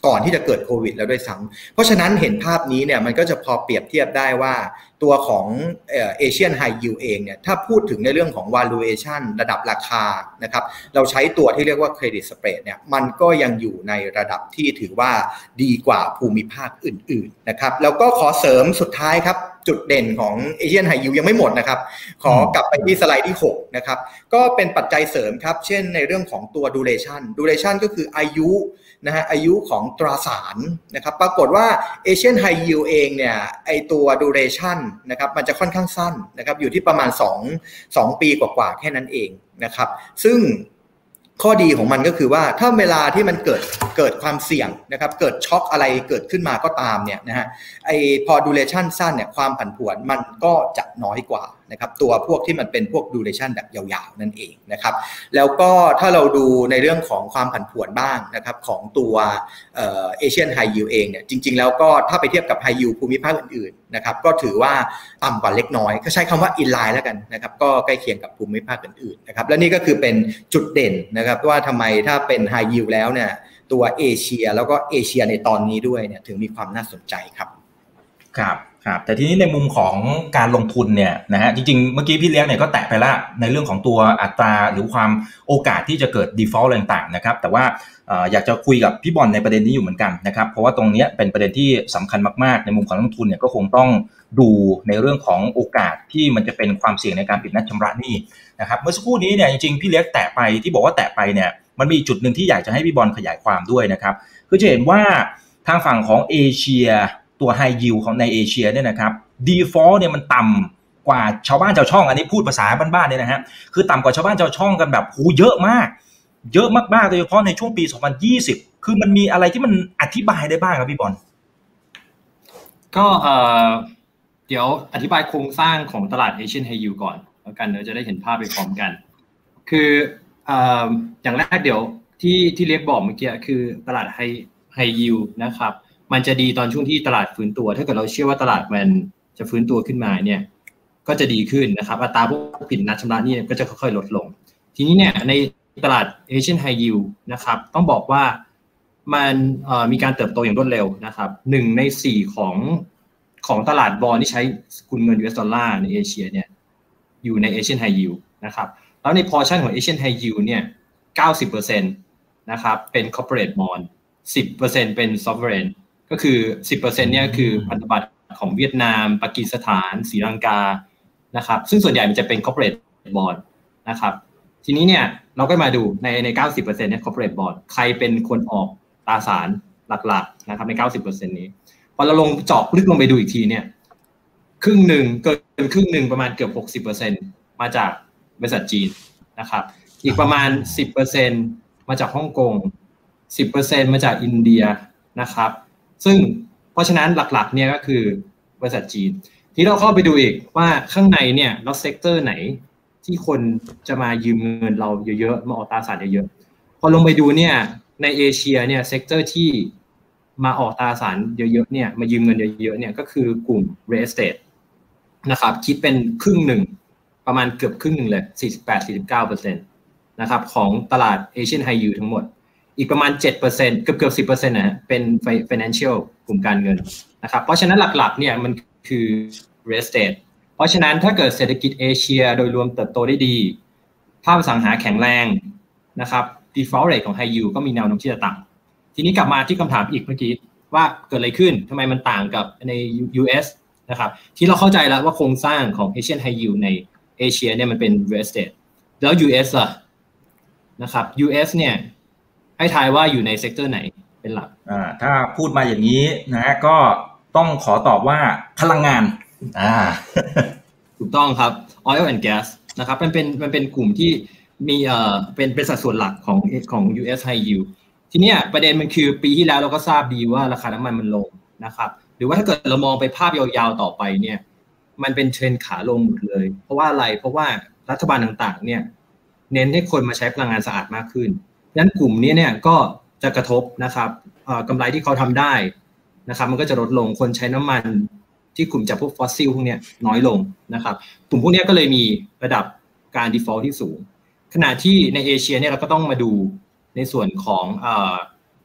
ก่อนที่จะเกิดโควิดแล้วด้วยซ้ำเพราะฉะนั้นเห็นภาพนี้เนี่ยมันก็จะพอเปรียบเทียบได้ว่าตัวของเอ่อ Asian High Yield เองเนี่ยถ้าพูดถึงในเรื่องของ valuation ระดับราคานะครับเราใช้ตัวที่เรียกว่า credit spread เนี่ยมันก็ยังอยู่ในระดับที่ถือว่าดีกว่าภูมิภาคอื่นๆนะครับแล้วก็ขอเสริมสุดท้ายครับจุดเด่นของ Asian High Yield ยังไม่หมดนะครับขอกลับไปที่สไลด์ที่หกนะครับก็เป็นปัจจัยเสริมครับเช่นในเรื่องของตัว duration duration ก็คืออายุนะฮะอายุของตราสารนะครับปรากฏว่า Asian High Yield เองเนี่ยไอตัว duration นะครับมันจะค่อนข้างสั้นนะครับอยู่ที่ประมาณ2 2ปีกว่าๆแค่นั้นเองนะครับซึ่งข้อดีของมันก็คือว่าถ้าเวลาที่มันเกิดเกิดความเสี่ยงนะครับเกิดช็อคอะไรเกิดขึ้นมาก็ตามเนี่ยนะฮะไอพอ duration สั้นเนี่ยความผันผวนมันก็จะน้อยกว่านะครับตัวพวกที่มันเป็นพวก duration แบบยาวๆนั่นเองนะครับแล้วก็ถ้าเราดูในเรื่องของความผันผวนบ้างนะครับของตัวเอ่อ Asian High Yield เองเนี่ยจริงๆแล้วก็ถ้าไปเทียบกับ High Yield ภูมิภาคอื่นๆนะครับก็ถือว่าต่ำกว่าเล็กน้อยก็ใช้คำว่า in line แล้วกันนะครับก็ใกล้เคียงกับภูมิภาคอื่นๆนะครับและนี่ก็คือเป็นจุดเด่นนะครับว่าทำไมถ้าเป็น High Yield แล้วเนี่ยตัวเอเชียแล้วก็เอเชียในตอนนี้ด้วยเนี่ยถึงมีความน่าสนใจครับครับครับแต่ทีนี้ในมุมของการลงทุนเนี่ยนะฮะจริงๆเมื่อกี้พี่เลี้ยงเนี่ยก็แตะไปแล้วในเรื่องของตัวอัตราหรือความโอกาสที่จะเกิด default อะไรต่างๆนะครับแต่ว่าเอ่ออยากจะคุยกับพี่บอลในประเด็นนี้อยู่เหมือนกันนะครับเพราะว่าตรงนี้เป็นประเด็นที่สำคัญมากๆในมุมของนักลงทุนเนี่ยก็คงต้องดูในเรื่องของโอกาสที่มันจะเป็นความเสี่ยงในการผิดนัดชำระหนี้นะครับเมื่อสักครู่นี้เนี่ยจริงๆพี่เลี้ยงแตะไปที่บอกว่าแตะไปเนี่ยมันมีจุดนึงที่อยากจะให้พี่บอลขยายความด้วยนะครับคือจะเห็นว่าทางฝั่งของเอเชียตัว High Yield ของในเอเชียเนี่ยนะครับ default เนี่ยมันต่ำกว่าชาวบ้านชาวช่องอันนี้พูดภาษาบ้านๆเนี่ยนะฮะคือต่ำกว่าชาวบ้านชาวช่องกันแบบโหเยอะมากเยอะมากๆโดยเฉพาะในช่วงปีสองพันยี่สิบคือมันมีอะไรที่มันอธิบายได้บ้างครับพี่บอลก็เอ่อเดี๋ยวอธิบายโครงสร้างของตลาด Asian High Yield ก่อนแล้วกันเดี๋ยวจะได้เห็นภาพไปพร้อมกันคือเอ่ออย่างแรกเดี๋ยวที่ที่เรียกบอกเมื่อกี้คือตลาด High High Yield นะครับมันจะดีตอนช่วงที่ตลาดฟื้นตัวถ้าเกิดเราเชื่อว่าตลาดมันจะฟื้นตัวขึ้นมาเนี่ยก็จะดีขึ้นนะครับอัตราพวกผิดนัดชำระหนี้ก็จะค่อยๆลดลงทีนี้เนี่ยในตลาด Asian High Yield นะครับต้องบอกว่ามันเอ่อมีการเติบโตอย่างรวดเร็วนะครับหนึ่งในสี่ของของตลาดบอนด์ที่ใช้สกุลเงิน ยู เอส ดอลลาร์ในเอเชียเนี่ยอยู่ใน Asian High Yield นะครับแล้วใน portion ของ Asian High Yield เนี่ย เก้าสิบเปอร์เซ็นต์ นะครับเป็น corporate bond สิบเปอร์เซ็นต์ เป็น sovereign ก็คือ สิบเปอร์เซ็นต์ เนี่ยคือพันธบัตรของเวียดนามปากีสถานศรีลังกานะครับซึ่งส่วนใหญ่มันจะเป็น corporate bond นะครับทีนี้เนี่ยเราก็มาดูในใน เก้าสิบเปอร์เซ็นต์ เนี่ย corporate bond ใครเป็นคนออกตราสารหลักๆนะครับใน เก้าสิบเปอร์เซ็นต์ นี้พอเราลงเจาะลึกลงไปดูอีกทีเนี่ยครึ่งหนึ่งเกินครึ่งหนึ่งประมาณเกือบ หกสิบเปอร์เซ็นต์ มาจากบริษัทจีนนะครับอีกประมาณ สิบเปอร์เซ็นต์ มาจากฮ่องกง สิบเปอร์เซ็นต์ มาจากอินเดียนะครับซึ่งเพราะฉะนั้นหลักๆเนี่ยก็คือบริษัทจีนทีเราเข้าไปดูอีกว่าข้างในเนี่ยแล้วเซกเตอร์ไหนที่คนจะมายืมเงินเราเยอะๆมาออกตราสารเยอะๆพอลงไปดูเนี่ยในเอเชียเนี่ยเซกเตอร์ที่มาออกตราสารเยอะๆเนี่ยมายืมเงินเยอะๆเนี่ยก็คือกลุ่ม real estate นะครับคิดเป็นครึ่งหนึ่งประมาณเกือบครึ่งหนึ่งเลย สี่สิบแปดถึงสี่สิบเก้าเปอร์เซ็นต์ นะครับของตลาด Asian High Yield ทั้งหมดอีกประมาณ เจ็ดเปอร์เซ็นต์ เกือบๆ สิบเปอร์เซ็นต์ นะฮะเป็น financial กลุ่มการเงินนะครับเพราะฉะนั้นหลักๆเนี่ยมันคือ real estate เพราะฉะนั้นถ้าเกิดเศรษฐกิจเอเชียโดยรวมเติบโตได้ดีภาพอสังหาแข็งแรงนะครับ default rate ของ High Yield ก็มีแนวโน้มที่จะต่ำทีนี้กลับมาที่คำถามอีกเมื่อกี้ว่าเกิดอะไรขึ้นทำไมมันต่างกับใน ยู เอส นะครับที่เราเข้าใจแล้วว่าโครงสร้างของ Asian High Yield ในเอเชียเนี่ยมันเป็น real estate แล้ว ยู เอส ล่ะนะครับ ยู เอส เนี่ยให้ทายว่าอยู่ในเซกเตอร์ไหนเป็นหลักอ่าถ้าพูดมาอย่างนี้นะก็ต้องขอตอบว่าพลังงานอ่าถูกต้องครับ oil and gas นะครับมันเป็นมันเป็นกลุ่มที่มีเอ่อเป็นเป็นสัดส่วนหลักของของ ยู เอส High Yield ทีเนี้ยประเด็นมันคือปีที่แล้วเราก็ทราบดีว่าราคาน้ำมันมันลงนะครับหรือว่าถ้าเกิดเรามองไปภาพยาวๆต่อไปเนี่ยมันเป็นเทรนด์ขาลงหมดเลยเพราะว่าอะไรเพราะว่ารัฐบาลต่างๆเนี่ยเน้นให้คนมาใช้พลังงานสะอาดมากขึ้นดังนั้นกลุ่มนี้เนี่ยก็จะกระทบนะครับกำไรที่เขาทำได้นะครับมันก็จะลดลงคนใช้น้ำมันที่กลุ่มจากพวกฟอสซิลพวกนี้น้อยลงนะครับกลุ่มพวกนี้ก็เลยมีระดับการ default ที่สูงขณะที่ในเอเชียเนี่ยเราก็ต้องมาดูในส่วนของ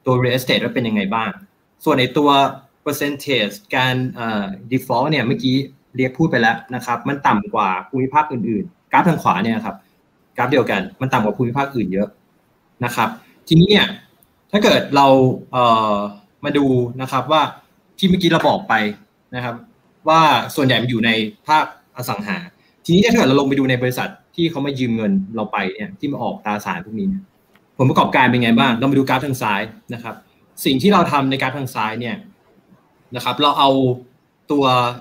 ตัว real estate ว่าเป็นยังไงบ้างส่วนในตัว percentage การเอ่อ default เนี่ยเมื่อกี้เรียกพูดไปแล้วนะครับมันต่ำกว่าภูมิภาคอื่นๆกราฟทางขวาเนี่ยครับกราฟเดียวกันมันต่ำกว่าภูมิภาคอื่นเยอะนะครับทีนี้เนี่ยถ้าเกิดเราเอ่อมาดูนะครับว่าที่เมื่อกี้เราบอกไปนะครับว่าส่วนใหญ่มันอยู่ในภาคอสังหาทีนี้ถ้าเกิดเราลงไปดูในบริษัทที่เขามายืมเงินเราไปเนี่ยที่มาออกตราสารพวกนี้ผลประกอบการเป็นไงบ้างเรามาดูกราฟทางซ้ายนะครับสิ่งที่เราทำในกราฟทางซ้ายเนี่ยนะครับเราเอาตัว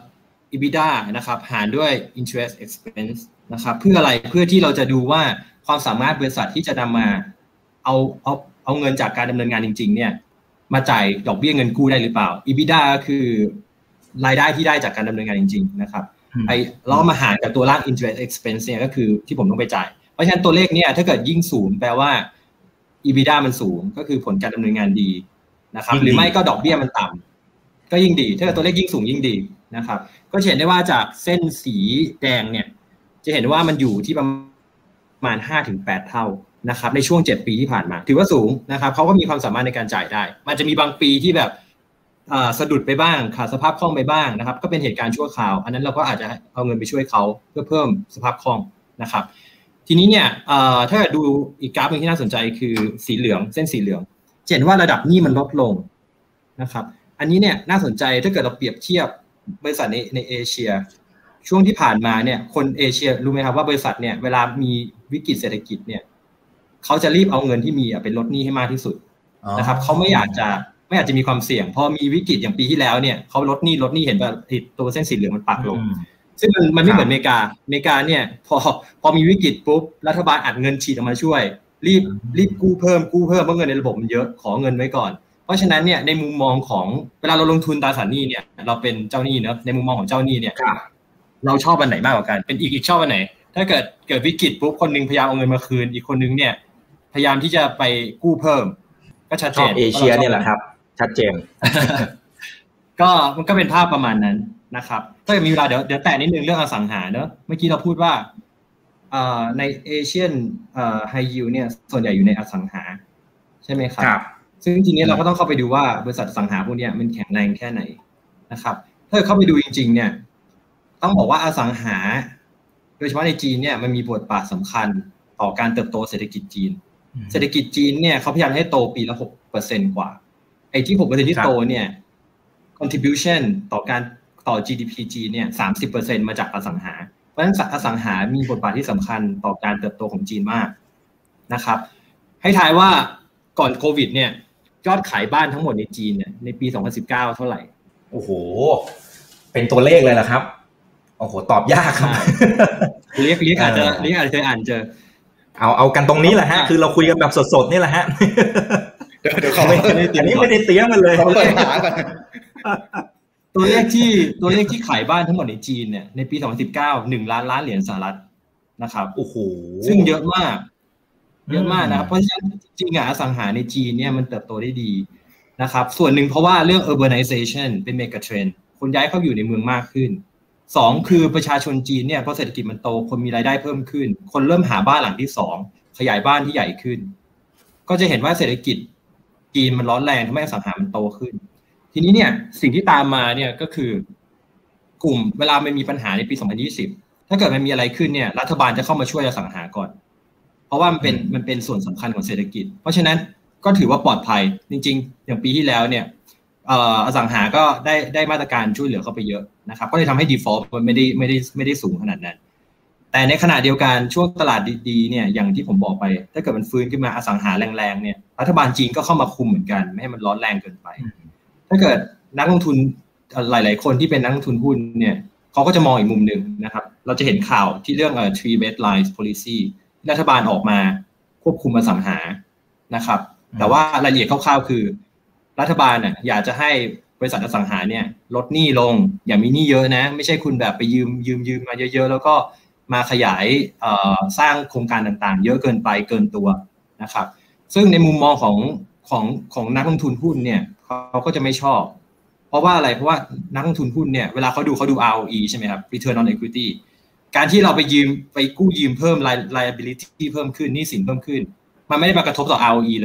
EBITDA นะครับหารด้วย interest expense นะครับเพื่ออะไรเพื่อที่เราจะดูว่าความสามารถบริษัทที่จะนำมาเอาเอาเอาเงินจากการดำเนินงานจริงๆเนี่ยมาจ่ายดอกเบี้ยเงินกู้ได้หรือเปล่า EBITDA ก็คือรายได้ที่ได้จากการดำเนินงานจริงๆนะครับไอ้เรามาหารกับตัวล่าง interest expense เนี่ยก็คือที่ผมต้องไปจ่ายเพราะฉะนั้นตัวเลขเนี่ยถ้าเกิดยิ่งสูงแปลว่า EBITDA มันสูงก็คือผลการดำเนินงานดีนะครับหรือไม่ก็ดอกเบี้ยมันต่ำก็ยิ่งดีถ้าเกิดตัวเลขยิ่งสูงยิ่งดีนะครับก็เห็นได้ว่าจากเส้นสีแดงเนี่ยจะเห็นว่ามันอยู่ที่ประมาณ ห้าถึงแปด เท่านะครับในช่วงเจ็ดปีที่ผ่านมาถือว่าสูงนะครับเขาก็มีความสามารถในการจ่ายได้มันจะมีบางปีที่แบบสะดุดไปบ้างขาดสภาพคล่องไปบ้างนะครับก็เป็นเหตุการณ์ชั่วคราวอันนั้นเราก็อาจจะเอาเงินไปช่วยเขาเพื่อเพิ่มสภาพคล่องนะครับทีนี้เนี่ยถ้าเกิดดูอีกกราฟนึงที่น่าสนใจคือสีเหลืองเส้นสีเหลืองเห็นว่าระดับหนี้มันลดลงนะครับอันนี้เนี่ยน่าสนใจถ้าเกิดเราเปรียบเทียบบริษัทในในเอเชียช่วงที่ผ่านมาเนี่ยคนเอเชียรู้ไหมครับว่าบริษัทเนี่ยเวลามีวิกฤตเศรษฐกิจเนี่ยเขาจะรีบเอาเงินที่มีไปลดหนี้ให้มากที่สุดนะครับเขาไม่อยากจะไม่อยากจะมีความเสี่ยงพอมีวิกฤตอย่างปีที่แล้วเนี่ยเขาลดหนี้ลดหนี้เห็นว่าตัวเส้นสีเหลืองมันปักลงซึ่งมันมันไม่เหมือนอเมริกาอเมริกาเนี่ยพอพอมีวิกฤตปุ๊บรัฐบาลอัดเงินฉีดออกมาช่วยรีบรีบกู้เพิ่มกู้เพิ่มเพราะเงินในระบบมันเยอะขอเงินไว้ก่อนเพราะฉะนั้นเนี่ยในมุมมองของเวลาเราลงทุนตราสารหนี้เนี่ยเราเป็นเจ้าหนี้เนอะในมุมมองของเจ้าหนี้เนี่ยเราชอบอันไหนมากกว่ากันเป็นอีกอีกชอบอันไหนถ้าเกิดเกิดวิกฤตปุ๊บคนนึงพยายามเอาเงินมาคืนอีกคนนึงเนี่ยพยายามที่จะไปกู้เพิ่มก็ชัดเจนเอเชียเนี่ยแหละครับชัดเจนก็มันก็เป็นภาพประมาณนั้นนะครับถ้ามีเวลาเดี๋ยวเดี๋ยวแตะนิดนึงเรื่องอสังหาเนอะเมื่อกี้เราพูดว่าในเอเชียนไฮยิลด์เนี่ยส่วนใหญ่อยู่ในอสังหาใช่ไหมครับซึ่งจริงๆเราก็ต้องเข้าไปดูว่าบริษัทอสังหาพวกนี้มันแข็งแรงแค่ไหนนะครับถ้าเข้าไปดูจริงๆเนี่ยต้องบอกว่าอสังหาโดยเฉพาะในจีนเนี่ยมันมีบทบาทสำคัญต่อการเติบโตเศรษฐกิจจีนเศรษฐกิจจีนเนี่ยเขาพยายามให้โตปีละ หกเปอร์เซ็นต์ กว่าไอ้ที่ หกเปอร์เซ็นต์ ที่โตเนี่ย contribution ต่อการต่อ จี ดี พี จีนเนี่ย สามสิบเปอร์เซ็นต์ มาจากอสังหาเพราะฉะนั้นอสังหามีบทบาทที่สำคัญต่อการเติบโตของจีนมากนะครับให้ทายว่าก่อนโควิดเนี่ยยอดขายบ้านทั้งหมดในจีนเนี่ยในปีสองพันสิบเก้าเท่าไหร่โอ้โหเป็นตัวเลขเลยเหรอครับโอ้โหตอบยากครับเรียกเรียกอาจจะเรียกอาจจะเคยอ่านเจอเอาเอากันตรงนี้แหละฮะคือเราคุยกันแบบสดๆนี่แหละฮะเดี๋ยวเดี๋ยวเขาไม่อันนี้ไม่ได้เตรียมกันเลยเขาเปิดหากันตัวเลขที่ตัวเลขที่ขายบ้านทั้งหมดในจีนเนี่ยในปีสองพันสิบเก้า หนึ่งล้านล้านเหรียญสหรัฐนะครับโอ้โหซึ่งเยอะมากเยอะมากนะครับเพราะฉะนั้นจริงๆอ่ะอสังหาในจีนเนี่ยมันเติบโตได้ดีนะครับส่วนหนึ่งเพราะว่าเรื่อง urbanization เป็น mega trend คนย้ายเข้าอยู่ในเมืองมากขึ้นสองคือประชาชนจีนเนี่ยเพราะเศรษฐกิจมันโตคนมีรายได้เพิ่มขึ้นคนเริ่มหาบ้านหลังที่สองขยายบ้านที่ใหญ่ขึ้นก็จะเห็นว่าเศรษฐกิจจีนมันร้อนแรงทำให้อสังหามันโตขึ้นทีนี้เนี่ยสิ่งที่ตามมาเนี่ยก็คือกลุ่มเวลามันมีปัญหาในปีสองพันยี่สิบถ้าเกิดมันมีอะไรขึ้นเนี่ยรัฐบาลจะเข้ามาช่วยอสังหาก่อนเพราะว่ามันเป็นมันเป็นส่วนสำคัญของเศรษฐกิจเพราะฉะนั้นก็ถือว่าปลอดภัยจริงๆอย่างปีที่แล้วเนี่ยอสังหาก็ได้ได้มาตรการช่วยเหลือเข้าไปเยอะนะครับก็เลยทำให้ default มันไม่ได้ไม่ได้ไม่ได้สูงขนาดนั้นแต่ในขณะเดียวกันช่วงตลาดดีๆเนี่ยอย่างที่ผมบอกไปถ้าเกิดมันฟื้นขึ้นมาอสังหาแรงๆเนี่ยรัฐบาลจีนก็เข้ามาคุมเหมือนกันไม่ให้มันร้อนแรงเกินไปถ้าเกิดนักลงทุนหลายๆคนที่เป็นนักลงทุนหุ้นเนี่ยเขาก็จะมองอีกมุมนึงนะครับเราจะเห็นข่าวที่เรื่องเอ่อ three red lines policy รัฐบาลออกมาควบคุมอสังหานะครับแต่ว่ารายละเอียดคร่าวๆคือรัฐบาลน่ะอยากจะให้บริษัทอสังหาเนี่ยลดหนี้ลงอย่ามีหนี้เยอะนะไม่ใช่คุณแบบไปยืมยืมยืมมาเยอะๆแล้วก็มาขยายสร้างโครงการต่างๆเยอะเกินไปเกินตัวนะครับซึ่งในมุมมองของของของนักลงทุนหุ้นเนี่ยเขาก็จะไม่ชอบเพราะว่าอะไรเพราะว่านักลงทุนหุ้นเนี่ยเวลาเขาดูเขาดู อาร์ โอ อี ใช่ไหมครับ Return on Equity การที่เราไปยืมไปกู้ยืมเพิ่ม liability เพิ่มขึ้นหนี้สินเพิ่มขึ้นมันไม่ได้มากระทบต่อ อาร์ โอ อี เลย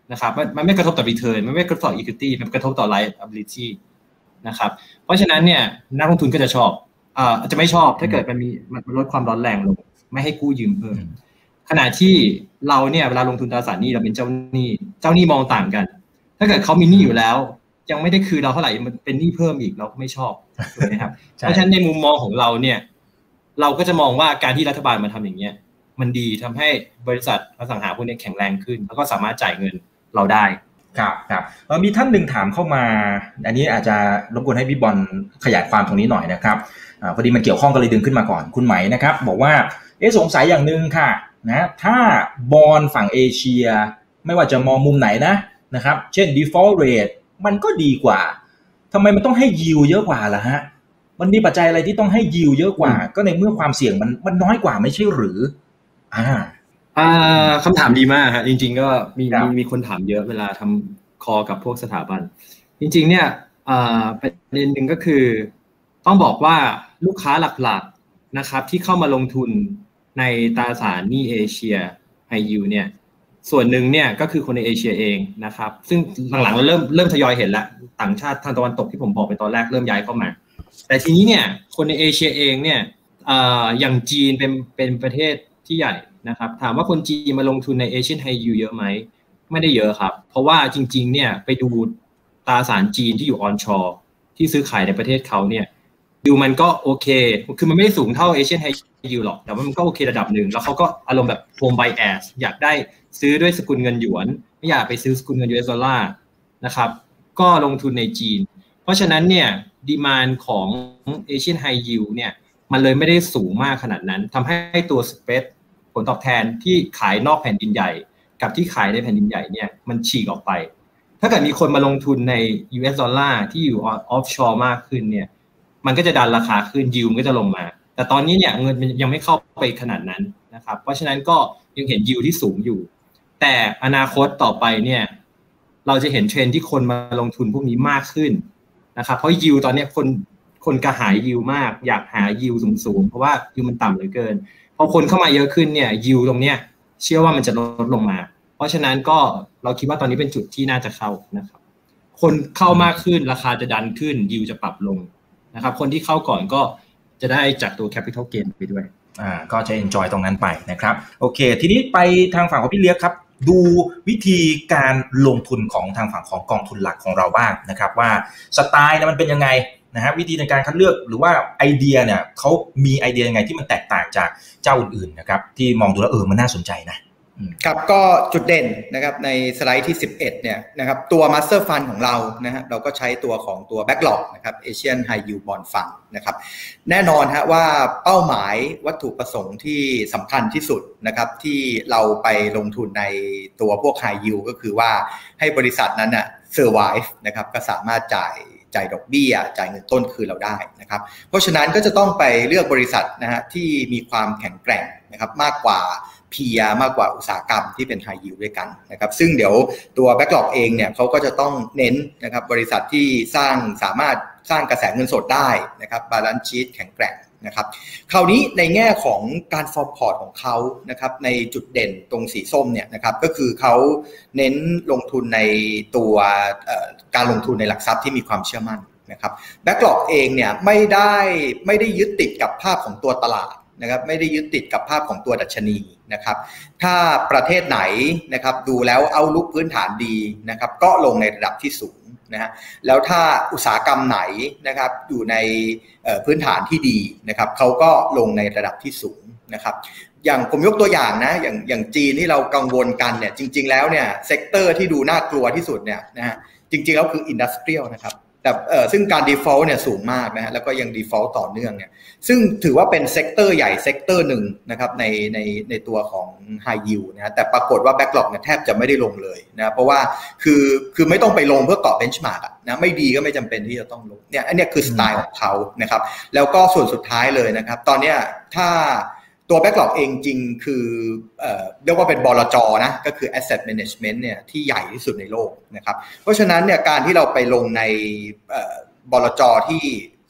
นะครับมันมันไม่กระทบต่อ return มันไม่กระทบต่อ equity มันกระทบต่อ liability นะครับเพราะฉะนั้นเนี่ยนักลงทุนก็จะชอบเอ่อจะไม่ชอบถ้าเกิดมันมีมันลดความร้อนแรงลงไม่ให้กู้ยืมเพิ่มขณะที่เราเนี่ยเวลาลงทุนตราสารหนี้เราเป็นเจ้าหนี้เจ้าหนี้มองต่างกันถ้าเกิดเขามีหนี้อยู่แล้วยังไม่ได้คืนเราเท่าไหร่มันเป็นหนี้เพิ่มอีกเราก็ไม่ชอบถูกไหมครับ เพราะฉะนั้นในมุมมองของเราเนี่ยเราก็จะมองว่าการที่รัฐบาลมาทำอย่างเงี้ยมันดีทำให้บริษัทอสังหาพวกนี้แข็งแรงขึ้นแล้วก็สามารถจ่ายเงินเราได้ครับครับมีท่านหนึ่งถามเข้ามาอันนี้อาจจะรบกวนให้พี่บอลขยายความตรงนี้หน่อยนะครับอ่าพอดีมันเกี่ยวข้องก็เลยดึงขึ้นมาก่อนคุณไหมนะครับบอกว่าเอ๊ะสงสัยอย่างนึงค่ะนะถ้าบอนด์ฝั่งเอเชียไม่ว่าจะมองมุมไหนนะนะครับเช่น default rate มันก็ดีกว่าทำไมมันต้องให้ yield เยอะกว่าล่ะฮะมันมีปัจจัยอะไรที่ต้องให้ yield เยอะกว่าก็ในเมื่อความเสี่ยงมันมันน้อยกว่าไม่ใช่หรืออ่าอ่าคำถามดีมากฮะจริงๆก็มีมีมีคนถามเยอะเวลาทำคอกับพวกสถาบันจริงๆเนี่ยอ่าประเด็นหนึ่งก็คือต้องบอกว่าลูกค้าหลักๆนะครับที่เข้ามาลงทุนในตราสารหนี้เอเชีย High Yield เนี่ยส่วนหนึ่งเนี่ยก็คือคนในเอเชียเองนะครับซึ่งหลังๆเราเริ่มเริ่มทยอยเห็นแล้วต่างชาติทางตะวันตกที่ผมบอกไปตอนแรกเริ่มย้ายเข้ามาแต่ทีนี้เนี่ยคนในเอเชียเองเนี่ยอ่าอย่างจีนเป็นเป็นประเทศที่ใหญ่นะครับถามว่าคนจีนมาลงทุนใน Asian High Yield เยอะไหมไม่ได้เยอะครับเพราะว่าจริงๆเนี่ยไปดูตราสารจีนที่อยู่ onshore ที่ซื้อขายในประเทศเขาเนี่ยดูมันก็โอเคคือมันไม่ได้สูงเท่า Asian High Yield หรอกแต่ว่ามันก็โอเคระดับหนึ่งแล้วเขาก็อารมณ์แบบ home bias อยากได้ซื้อด้วยสกุลเงินหยวนไม่อยากไปซื้อสกุลเงิน ยู เอส ดอลลาร์นะครับก็ลงทุนในจีนเพราะฉะนั้นเนี่ยดีมานด์ของ Asian High Yield เนี่ยมันเลยไม่ได้สูงมากขนาดนั้นทำให้ตัว spread ผลตอบแทนที่ขายนอกแผ่นดินใหญ่กับที่ขายในแผ่นดินใหญ่เนี่ยมันฉีกออกไปถ้าเกิดมีคนมาลงทุนใน ยู เอส ดอลลาร์ที่อยู่ offshore มากขึ้นเนี่ยมันก็จะดันราคาขึ้น yield มันก็จะลงมาแต่ตอนนี้เนี่ยเงินมันยังไม่เข้าไปขนาดนั้นนะครับเพราะฉะนั้นก็ยังเห็น yield ที่สูงอยู่แต่อนาคตต่อไปเนี่ยเราจะเห็นเทรนด์ที่คนมาลงทุนพวกนี้มากขึ้นนะครับเพราะ yield ตอนนี้คนคนกระหาย yield มากอยากหา yield สูงๆเพราะว่า yield มันต่ำเหลือเกินพอคนเข้ามาเยอะขึ้นเนี่ย yield ตรงเนี้ยเชื่อว่ามันจะลดลงมาเพราะฉะนั้นก็เราคิดว่าตอนนี้เป็นจุดที่น่าจะเข้านะครับคนเข้ามากขึ้นราคาจะดันขึ้น yield จะปรับลงนะครับคนที่เข้าก่อนก็จะได้จากตัว capital gain ไปด้วยอ่าก็จะ enjoy ตรงนั้นไปนะครับโอเคทีนี้ไปทางฝั่งของพี่เลี้ยงครับดูวิธีการลงทุนของทางฝั่งของกองทุนหลักของเราบ้างนะครับว่าสไตล์เนี่ยมันเป็นยังไงนะฮะวิธีในการคัดเลือกหรือว่าไอเดียเนี่ยเขามีไอเดียยังไงที่มันแตกต่างจากเจ้าอื่นๆนะครับที่มองดูแล้วเออมันน่าสนใจนะครับก็จุดเด่นนะครับในสไลด์ที่สิบเอ็ดเนี่ยนะครับตัว Master Fund ของเรานะฮะเราก็ใช้ตัวของตัว Backlog นะครับ Asian High Yield Bond Fund นะครับแน่นอนฮะว่าเป้าหมายวัตถุประสงค์ที่สำคัญที่สุดนะครับที่เราไปลงทุนในตัวพวก High Yield ก็คือว่าให้บริษัทนั้นน่ะ survive นะครับก็สามารถจ่ายจ่ายดอกเบี้ยจ่ายเงินต้นคืนเราได้นะครับเพราะฉะนั้นก็จะต้องไปเลือกบริษัทนะฮะที่มีความแข็งแกร่งนะครับมากกว่าเพียร์มากกว่าอุตสาหกรรมที่เป็น High Yield ด้วยกันนะครับซึ่งเดี๋ยวตัว Backlog เองเนี่ยเขาก็จะต้องเน้นนะครับบริษัทที่สร้างสามารถสร้างกระแสเงินสดได้นะครับ Balance Sheet แข็งแกร่งนะครับคราวนี้ในแง่ของการ form port ของเขานะครับในจุดเด่นตรงสีส้มเนี่ยนะครับก็คือเขาเน้นลงทุนในตัวการลงทุนในหลักทรัพย์ที่มีความเชื่อมั่นนะครับ Backlog เองเนี่ยไม่ได้ไม่ได้ยึดติดกับภาพของตัวตลาดนะครับไม่ได้ยึดติดกับภาพของตัวดัชนีนะครับถ้าประเทศไหนนะครับดูแล้วเอาลุกพื้นฐานดีนะครับก็ลงในระดับที่สูงนะฮะแล้วถ้าอุตสาหกรรมไหนนะครับอยู่ในพื้นฐานที่ดีนะครับเขาก็ลงในระดับที่สูงนะครับอย่างผมยกตัวอย่างนะอย่างอย่างจีนที่เรากังวลกันเนี่ยจริงๆแล้วเนี่ยเซกเตอร์ที่ดูน่ากลัวที่สุดเนี่ยนะฮะจริงๆแล้วคืออินดัสเทรียลนะครับแต่เอ่อซึ่งการ default เนี่ยสูงมากนะฮะแล้วก็ยัง default ต่อเนื่องเนี่ยซึ่งถือว่าเป็นเซกเตอร์ใหญ่เซกเตอร์หนึ่งนะครับในในในตัวของ high yield นะฮะแต่ปรากฏว่า backlog เนี่ยแทบจะไม่ได้ลงเลยนะเพราะว่าคือคือไม่ต้องไปลงเพื่อเกาะ benchmark อ่ะนะไม่ดีก็ไม่จำเป็นที่จะต้องลงเนี่ยอันนี้คือสไตล์ของเขานะครับแล้วก็ส่วนสุดท้ายเลยนะครับตอนนี้ถ้าตัว backlog เองจริงคือเอ่อเรียกว่าเป็นบลจ.นะก็คือ asset management เนี่ยที่ใหญ่ที่สุดในโลกนะครับเพราะฉะนั้นเนี่ยการที่เราไปลงในเอ่อบลจ.ที่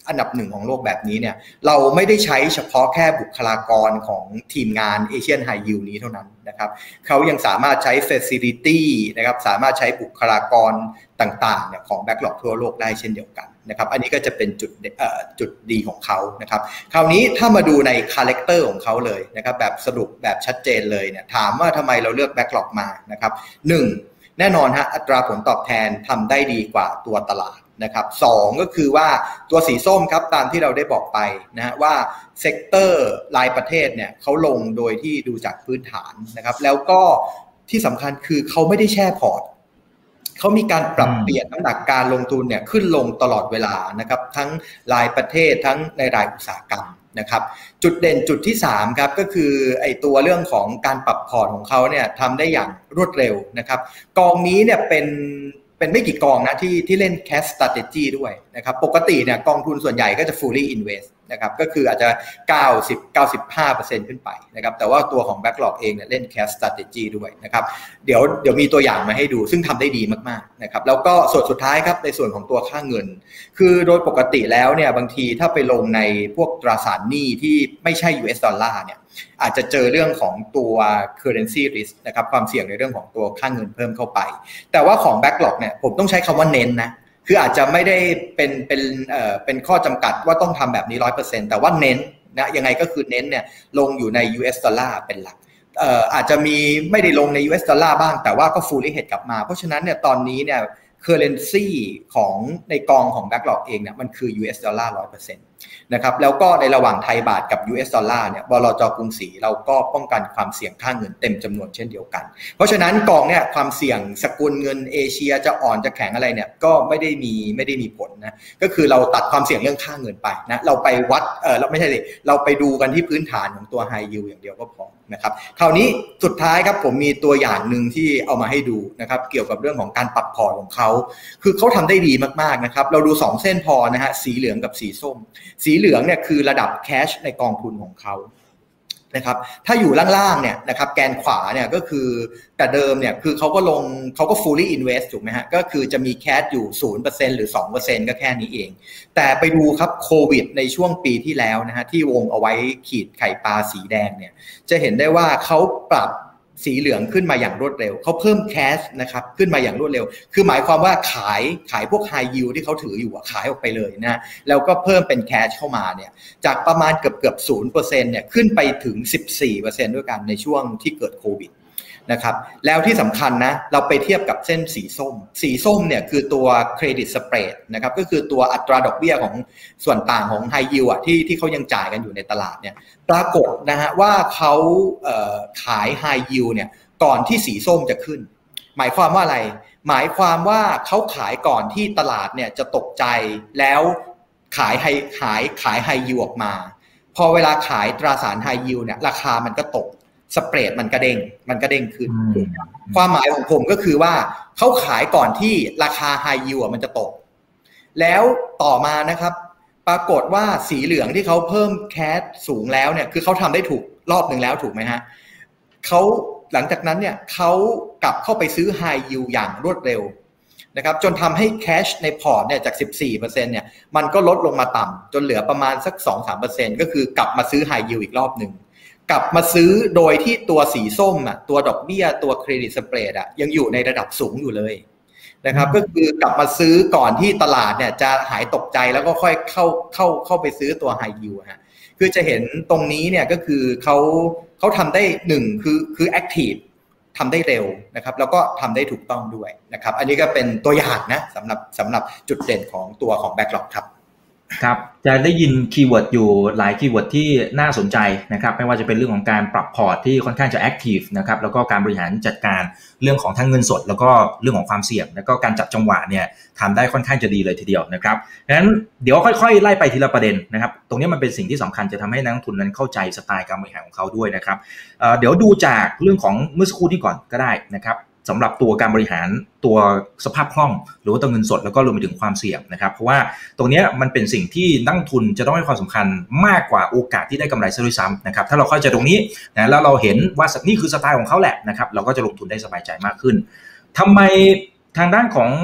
อันดับหนึ่งของโลกแบบนี้เนี่ยเราไม่ได้ใช้เฉพาะแค่บุคลากรของทีมงาน Asian High Yield นี้เท่านั้นนะครับเขายังสามารถใช้ facility นะครับสามารถใช้บุคลากรต่างๆเนี่ยของ BlackRock ทั่วโลกได้เช่นเดียวกันนะครับอันนี้ก็จะเป็นจุดจุดดีของเขานะครับคราวนี้ถ้ามาดูในคาแรคเตอร์ของเขาเลยนะครับแบบสรุปแบบชัดเจนเลยเนี่ยถามว่าทำไมเราเลือก BlackRock มานะครับหนึ่งแน่นอนฮะอัตราผลตอบแทนทำได้ดีกว่าตัวตลาดนะครับสองก็คือว่าตัวสีส้มครับตามที่เราได้บอกไปนะฮะว่าเซกเตอร์รายประเทศเนี่ยเขาลงโดยที่ดูจากพื้นฐานนะครับแล้วก็ที่สำคัญคือเขาไม่ได้แช่พอร์ตเขามีการปรับเปลี่ยนน้ำหนักการลงทุนเนี่ยขึ้นลงตลอดเวลานะครับทั้งรายประเทศทั้งในรายอุตสาหกรรมนะครับจุดเด่นจุดที่สามครับก็คือไอ้ตัวเรื่องของการปรับพอร์ตของเขาเนี่ยทำได้อย่างรวดเร็วนะครับกองนี้เนี่ยเป็นเป็นไม่กี่กองนะที่ที่เล่น cash strategy ด้วยนะครับปกติเนี่ยกองทุนส่วนใหญ่ก็จะ fully invest นะครับก็คืออาจจะ เก้าสิบ เก้าสิบห้าเปอร์เซ็นต์ ขึ้นไปนะครับแต่ว่าตัวของ BlackRock เองเนี่ยเล่น cash strategy ด้วยนะครับเดี๋ยวเดี๋ยวมีตัวอย่างมาให้ดูซึ่งทำได้ดีมากๆนะครับแล้วก็ส่วนสุดท้ายครับในส่วนของตัวค่าเงินคือโดยปกติแล้วเนี่ยบางทีถ้าไปลงในพวกตราสารหนี้ที่ไม่ใช่ ยู เอส ดอลลาร์เนี่ยอาจจะเจอเรื่องของตัว currency risk นะครับความเสี่ยงในเรื่องของตัวค่าเงินเพิ่มเข้าไปแต่ว่าของ BlackRock เนี่ยผมต้องใช้คำว่าเน้นนะคืออาจจะไม่ได้เป็นเป็นเอ่อเป็นข้อจำกัดว่าต้องทำแบบนี้ ร้อยเปอร์เซ็นต์ แต่ว่าเน้นนะยังไงก็คือเน้นเนี่ยลงอยู่ใน ยู เอส ดอลลาร์เป็นหลักเอ่ออาจจะมีไม่ได้ลงใน ยู เอส ดอลลาร์บ้างแต่ว่าก็ fully hedge กลับมาเพราะฉะนั้นเนี่ยตอนนี้เนี่ย currency ของในกองของ BlackRock เองเนี่ยมันคือ ยู เอส ดอลลาร์ ร้อยเปอร์เซ็นต์ นะครับแล้วก็ในระหว่างไทยบาทกับ ยู เอส ดอลลาร์เนี่ยบลจ.กรุงศรีเราก็ป้องกันความเสี่ยงค่าเงินเต็มจำนวนเช่นเดียวกันเพราะฉะนั้นกองเนี่ยความเสี่ยงสกุลเงินเอเชียจะอ่อนจะแข็งอะไรเนี่ยก็ไม่ได้มีไม่ได้มีผลนะก็คือเราตัดความเสี่ยงเรื่องค่าเงินไปนะเราไปวัดเออเราไม่ใช่สิเราไปดูกันที่พื้นฐานของตัว High Yield อย่างเดียวก็พอนะครับคราวนี้สุดท้ายครับผมมีตัวอย่างนึงที่เอามาให้ดูนะครับเกี่ยวกับเรื่องของการปรับพอร์ตของเขาคือเขาทำได้ดีมากๆนะครับเราดูสองเส้นพอนะฮะสีเหลืองกับสีส้มสีเหลืองเนี่ยคือระดับแคชในกองทุนของเขานะครับถ้าอยู่ล่างๆเนี่ยนะครับแกนขวาเนี่ยก็คือแต่เดิมเนี่ยคือเขาก็ลงเขาก็ fully invest ถูกไหมฮะก็คือจะมีแคชอยู่ ศูนย์เปอร์เซ็นต์ หรือ สองเปอร์เซ็นต์ ก็แค่นี้เองแต่ไปดูครับโควิดในช่วงปีที่แล้วนะฮะที่วงเอาไว้ขีดไข่ปลาสีแดงเนี่ยจะเห็นได้ว่าเขาปรับสีเหลืองขึ้นมาอย่างรวดเร็วเขาเพิ่มแคชนะครับขึ้นมาอย่างรวดเร็วคือหมายความว่าขายขายพวก High Yield ที่เขาถืออยู่ขายออกไปเลยนะแล้วก็เพิ่มเป็นแคชเข้ามาเนี่ยจากประมาณเกือบเกือบ ศูนย์เปอร์เซ็นต์ เนี่ยขึ้นไปถึง สิบสี่เปอร์เซ็นต์ ด้วยกันในช่วงที่เกิดโควิดนะครับแล้วที่สำคัญนะเราไปเทียบกับเส้นสีส้มสีส้มเนี่ยคือตัวเครดิตสเปรดนะครับก็คือตัวอัตราดอกเบี้ยของส่วนต่างของ High Yield อ่ะที่ที่เขายังจ่ายกันอยู่ในตลาดเนี่ยปรากฏนะฮะว่าเขาเอ่อขาย High Yield เนี่ยก่อนที่สีส้มจะขึ้นหมายความว่าอะไรหมายความว่าเขาขายก่อนที่ตลาดเนี่ยจะตกใจแล้วขายไฮขายขาย High Yield ออกมาพอเวลาขายตราสาร High Yield เนี่ยราคามันก็ตกสเปรดมันกระเด้งมันกระเด้งขึ้นความหมายของผมก็คือว่าเขาขายก่อนที่ราคา High Yield มันจะตกแล้วต่อมานะครับปรากฏว่าสีเหลืองที่เขาเพิ่มแคชสูงแล้วเนี่ยคือเขาทำได้ถูกรอบหนึ่งแล้วถูกไหมฮะเขาหลังจากนั้นเนี่ยเขากลับเข้าไปซื้อ High Yield อย่างรวดเร็วนะครับจนทำให้แคชในพอร์ตเนี่ยจาก สิบสี่เปอร์เซ็นต์ เนี่ยมันก็ลดลงมาต่ำจนเหลือประมาณสัก สองถึงสามเปอร์เซ็นต์ ก็คือกลับมาซื้อ High Yield อีกรอบหนึ่งกลับมาซื้อโดยที่ตัวสีส้มอ่ะตัวดอกเบี้ยตัวเครดิตสเปรดอ่ะยังอยู่ในระดับสูงอยู่เลยนะครับก็คือกลับมาซื้อก่อนที่ตลาดเนี่ยจะหายตกใจแล้วก็ค่อยเข้าเข้าเข้าไปซื้อตัว High Yield ฮะคือจะเห็นตรงนี้เนี่ยก็คือเขาเขาทำได้หนึ่งคือคือแอคทีฟทำได้เร็วนะครับแล้วก็ทำได้ถูกต้องด้วยนะครับอันนี้ก็เป็นตัวอย่างนะสำหรับสำหรับจุดเด่นของตัวของ BlackRock ครับครับจะได้ยินคีย์เวิร์ดอยู่หลายคีย์เวิร์ดที่น่าสนใจนะครับไม่ว่าจะเป็นเรื่องของการปรับพอร์ตที่ค่อนข้างจะแอคทีฟนะครับแล้วก็การบริหารจัดการเรื่องของทั้งเงินสดแล้วก็เรื่องของความเสี่ยงแล้วก็การจับจังหวะเนี่ยทำได้ค่อนข้างจะดีเลยทีเดียวนะครับงั้นเดี๋ยวค่อยๆไล่ไปทีละประเด็นนะครับตรงนี้มันเป็นสิ่งที่สำคัญจะทำให้นักลงทุนนั้นเข้าใจสไตล์การบริหารของเขาด้วยนะครับเอ่อเดี๋ยวดูจากเรื่องของเมื่อสักครู่นี้ก่อนก็ได้นะครับสำหรับตัวการบริหารตัวสภาพคล่องหรือว่าตัวเงินสดแล้วก็รวมไปถึงความเสี่ยงนะครับเพราะว่าตรงนี้มันเป็นสิ่งที่นักทุนจะต้องให้ความสำคัญมากกว่าโอกาสที่ได้กำไรซะด้วยซ้ำนะครับถ้าเราเข้าใจตรงนี้นะแล้วเราเห็นว่านี่คือสไตล์ของเขาแหละนะครับเราก็จะลงทุนได้สบายใจมากขึ้นทำไมทางด้านของ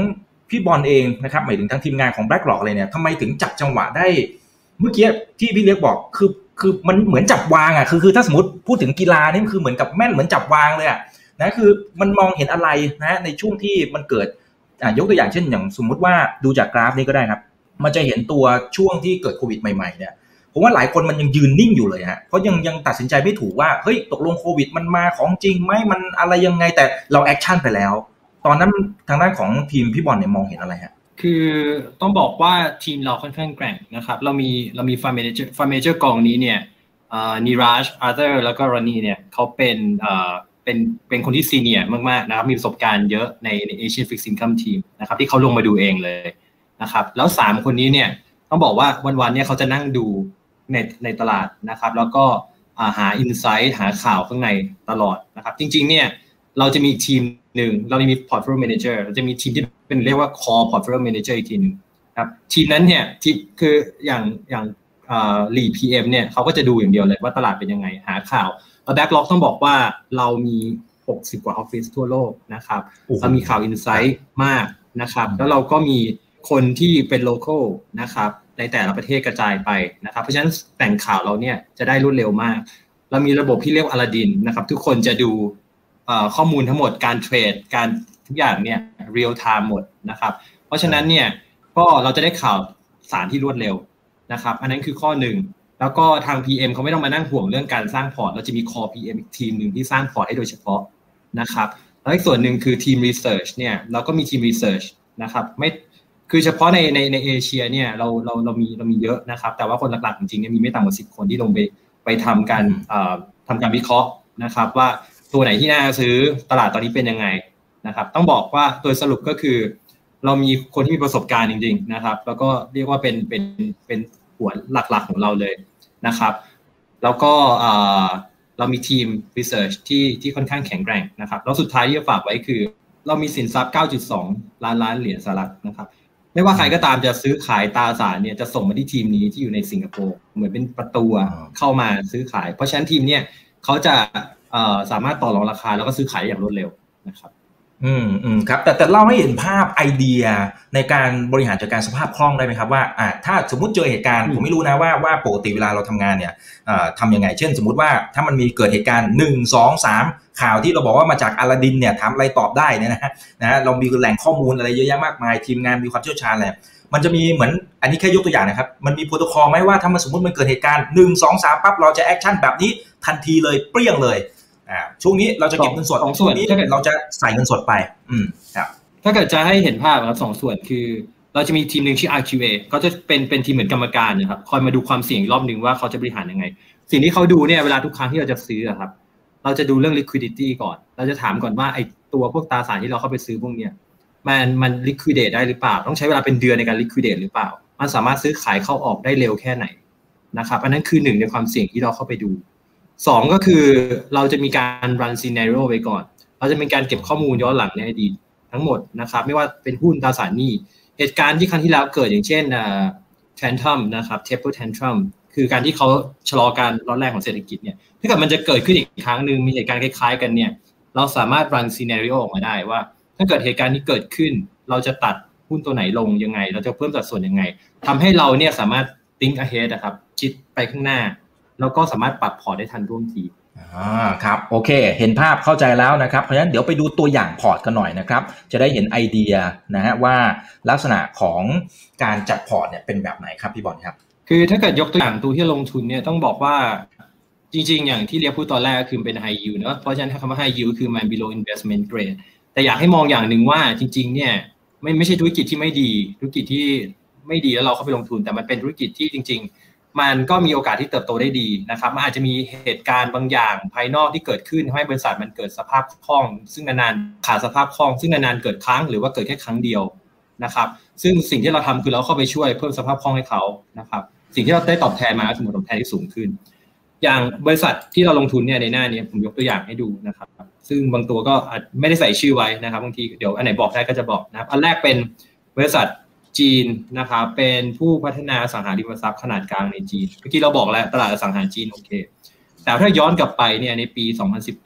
พี่บอลเองนะครับหมายถึงทั้งทีมงานของ BlackRock เลยเนี่ยทำไมถึงจับจังหวะได้เมื่อกี้ที่พี่เล็กบอกคือคือมันเหมือนจับวางอ่ะคือคือถ้าสมมติพูดถึงกีฬานี่คือเหมือนกับแม่นเหมือนจับวางเลยอ่ะนะคือมันมองเห็นอะไรนะในช่วงที่มันเกิดอ่ะยกตัวอย่างเช่นอย่างสมมุติว่าดูจากกราฟนี้ก็ได้ครับมันจะเห็นตัวช่วงที่เกิดโควิดใหม่ๆเนี่ยผมว่าหลายคนมันยังยืนนิ่งอยู่เลยฮะเพราะยังยังตัดสินใจไม่ถูกว่าเฮ้ยตกลงโควิดมันมาของจริงไหมมันอะไรยังไงแต่เราแอคชั่นไปแล้วตอนนั้นทางด้านของทีมพี่บอลเนี่ยมองเห็นอะไรฮะคือต้องบอกว่าทีมเราค่อนข้างแกร่งนะครับเรามีเรามีฟาร์มเมเจอร์ฟาร์มเมเจอร์กองนี้เนี่ยนีราจอาร์เธอร์แล้วก็รอนนี่เนี่ยเขาเป็นเป็นเป็นคนที่ซีเนียร์มากๆนะครับมีประสบการณ์เยอะในใน Asian Fixed Income Team นะครับที่เขาลงมาดูเองเลยนะครับแล้วสามคนนี้เนี่ยต้องบอกว่าวันๆเนี่ยเขาจะนั่งดูในในตลาดนะครับแล้วก็หาอินไซต์หาข่าวข้างในตลอดนะครับจริงๆเนี่ยเราจะมีทีมหนึ่งเราจะมี portfolio manager เราจะมีทีมที่เป็นเรียกว่า core portfolio manager อีกทีนึงครับทีมนั้นเนี่ยที่คืออย่างอย่างเอ่อ lead พี เอ็ม เนี่ยเขาก็จะดูอย่างเดียวเลยว่าตลาดเป็นยังไงหาข่าวแล้ว backlog ต้องบอกว่าเรามีหกสิบกว่าออฟฟิศทั่วโลกนะครับเรามีข่าวอินไซต์มากนะครับแล้วเราก็มีคนที่เป็น local นะครับในแต่ละประเทศกระจายไปนะครับเพราะฉะนั้นแต่งข่าวเราเนี่ยจะได้รวดเร็วมากเรามีระบบที่เรียกว่า Aladdin นะครับทุกคนจะดูข้อมูลทั้งหมดการเทรดการทุกอย่างเนี่ย real time หมดนะครับเพราะฉะนั้นเนี่ยก็เราจะได้ข่าวสารที่รวดเร็วนะครับอันนั้นคือข้อหนึ่งแล้วก็ทาง พี เอ็ม เขาไม่ต้องมานั่งห่วงเรื่องการสร้างพอร์ตเราจะมี core พี เอ็ม อีกทีมนึงที่สร้างพอร์ตให้โดยเฉพาะนะครับแล้วอีกส่วนหนึ่งคือทีม research เนี่ยเราก็มีทีม research นะครับไม่คือเฉพาะในในในเอเชียเนี่ยเราเราเรามีเรามีเยอะนะครับแต่ว่าคนหลักๆจริงๆเนี่ยมีไม่ต่ำกว่าสิบคนที่ลงไปไปทำการเอ่อทำการวิเคราะห์นะครับว่าตัวไหนที่น่าซื้อตลาดตอนนี้เป็นยังไงนะครับต้องบอกว่าโดยสรุปก็คือเรามีคนที่มีประสบการณ์จริงๆนะครับแล้วก็เรียกว่าเป็นเป็นเป็นหัวหลักๆของเราเลยนะครับแล้วก็เรามีทีม research ที่ที่ค่อนข้างแข็งแกร่งนะครับแล้วสุดท้ายที่จะฝากไว้คือเรามีสินทรัพย์ เก้าจุดสอง ล้านล้านเหรียญสหรัฐนะครับไม่ว่าใครก็ตามจะซื้อขายตราสารเนี่ยจะส่งมาที่ทีมนี้ที่อยู่ในสิงคโปร์เหมือนเป็นประตูเข้ามาซื้อขายเพราะฉะนั้นทีมเนี่ยเขาจะสามารถต่อรองราคาแล้วก็ซื้อขายอย่างรวดเร็วนะครับอืมอืมครับแต่แต่เล่าให้เห็นภาพไอเดียในการบริหารจัดการสภาพคล่องได้ไหมครับว่าอ่าถ้าสมมุติเจอเหตุการณ์ผมไม่รู้นะว่าว่าปกติเวลาเราทำงานเนี่ยอ่าทำยังไงเช่นสมมุติว่าถ้ามันมีเกิดเหตุการณ์หนึ่ง สอง สามข่าวที่เราบอกว่ามาจากอลาดินเนี่ยถามอะไรตอบได้เนี่ยนะฮะนะเรามีแหล่งข้อมูลอะไรเยอะแยะมากมายทีมงานมีความเชี่ยวชาญแหละมันจะมีเหมือนอันนี้แค่ยกตัวอย่างนะครับมันมีโปรโตคอลไหมว่าถ้ามันสมมุติมันเกิดเหตุการณ์หนึ่ง สอง สามปั๊บเราจะแอคชั่นแบบนี้ทันทีเลยเปรี้ยงเลยอ่าช่วงนี้เราจะเก็บเงินสดของส่วนนี้เราจะใส่เงินสดไปอืมครับถ้าเกิดจะให้เห็นภาพครับสองส่วนคือเราจะมีทีมนึงชื่อ อาร์ คิว เอ เขาจะเป็นเป็นทีมเหมือนกรรมการนะครับคอยมาดูความเสี่ยงรอบนึงว่าเขาจะบริหารยังไงสิ่งที่เขาดูเนี่ยเวลาทุกครั้งที่เราจะซื้อครับเราจะดูเรื่อง liquidity ก่อนเราจะถามก่อนว่าไอ้ตัวพวกตราสารที่เราเข้าไปซื้อพวกเนี้ยมันมัน liquidate ได้หรือเปล่าต้องใช้เวลาเป็นเดือนในการ liquidate หรือเปล่ามันสามารถซื้อขายเข้าออกได้เร็วแค่ไหนนะครับอันนั้นคือหนึ่งในความเสี่ยงที่เราเข้าไปดูสองก็คือเราจะมีการ run scenario ไว้ก่อนเราจะมีการเก็บข้อมูลย้อนหลังในอดีตทั้งหมดนะครับไม่ว่าเป็นหุ้นตราสารหนี้เหตุการณ์ที่ครั้งที่แล้วเกิดอย่างเช่นเอ่อ tantrum นะครับ taper tantrum คือการที่เขาชะลอการร้อนแรงของเศรษฐกิจเนี่ยถ้าเกิดมันจะเกิดขึ้นอีกครั้งนึงมีเหตุการณ์คล้ายๆกันเนี่ยเราสามารถ run scenario ออกมาได้ว่าถ้าเกิดเหตุการณ์นี้เกิดขึ้นเราจะตัดหุ้นตัวไหนลงยังไงเราจะเพิ่มสัดส่วนยังไงทำให้เราเนี่ยสามารถ think ahead นะครับคิดไปข้างหน้าแล้วก็สามารถปรับพอร์ตได้ทันท่วงทีอ่าครับโอเคเห็นภาพเข้าใจแล้วนะครับเพราะฉะนั้นเดี๋ยวไปดูตัวอย่างพอร์ตกันหน่อยนะครับจะได้เห็นไอเดียนะฮะว่าลักษณะของการจัดพอร์ตเนี่ยเป็นแบบไหนครับพี่บอลครับคือถ้าเกิดยกตัวอย่างตัวที่ลงทุนเนี่ยต้องบอกว่าจริงๆอย่างที่เรียกพูดตอนแรกคือเป็น high yield เนอะเพราะฉะนั้นคำว่า high yield คือมัน below investment grade แต่อยากให้มองอย่างนึงว่าจริงๆเนี่ยไม่ไม่ใช่ธุรกิจที่ไม่ดีธุรกิจที่ไม่ดีแล้วเราเข้าไปลงทุนแต่มันเป็นธุรกิจที่จริงๆมันก็มีโอกาสที่เติบโตได้ดีนะครับมันอาจจะมีเหตุการณ์บางอย่างภายนอกที่เกิดขึ้นทำให้บริษัทมันเกิดสภาพคล่องซึ่งนานๆขาดสภาพคล่องซึ่งนานๆเกิดครั้งหรือว่าเกิดแค่ครั้งเดียวนะครับซึ่งสิ่งที่เราทำคือเราเข้าไปช่วยเพิ่มสภาพคล่องให้เขานะครับสิ่งที่เราได้ตอบแทนมาคือผลตอบแทนที่สูงขึ้นอย่างบริษัทที่เราลงทุนเนี่ยในหน้านี้ผมยกตัวอย่างให้ดูนะครับซึ่งบางตัวก็ไม่ได้ใส่ชื่อไว้นะครับบางทีเดี๋ยวอันไหนบอกได้ก็จะบอกนะครับอันแรกเป็นบริษัทจีนนะครับเป็นผู้พัฒนาอสังหาริมทรัพย์ขนาดกลางในจีนเมื่อกี้เราบอกแล้วตลาดอสังหาจีนโอเคแต่ถ้าย้อนกลับไปเนี่ยในปีสองพันสิบแปด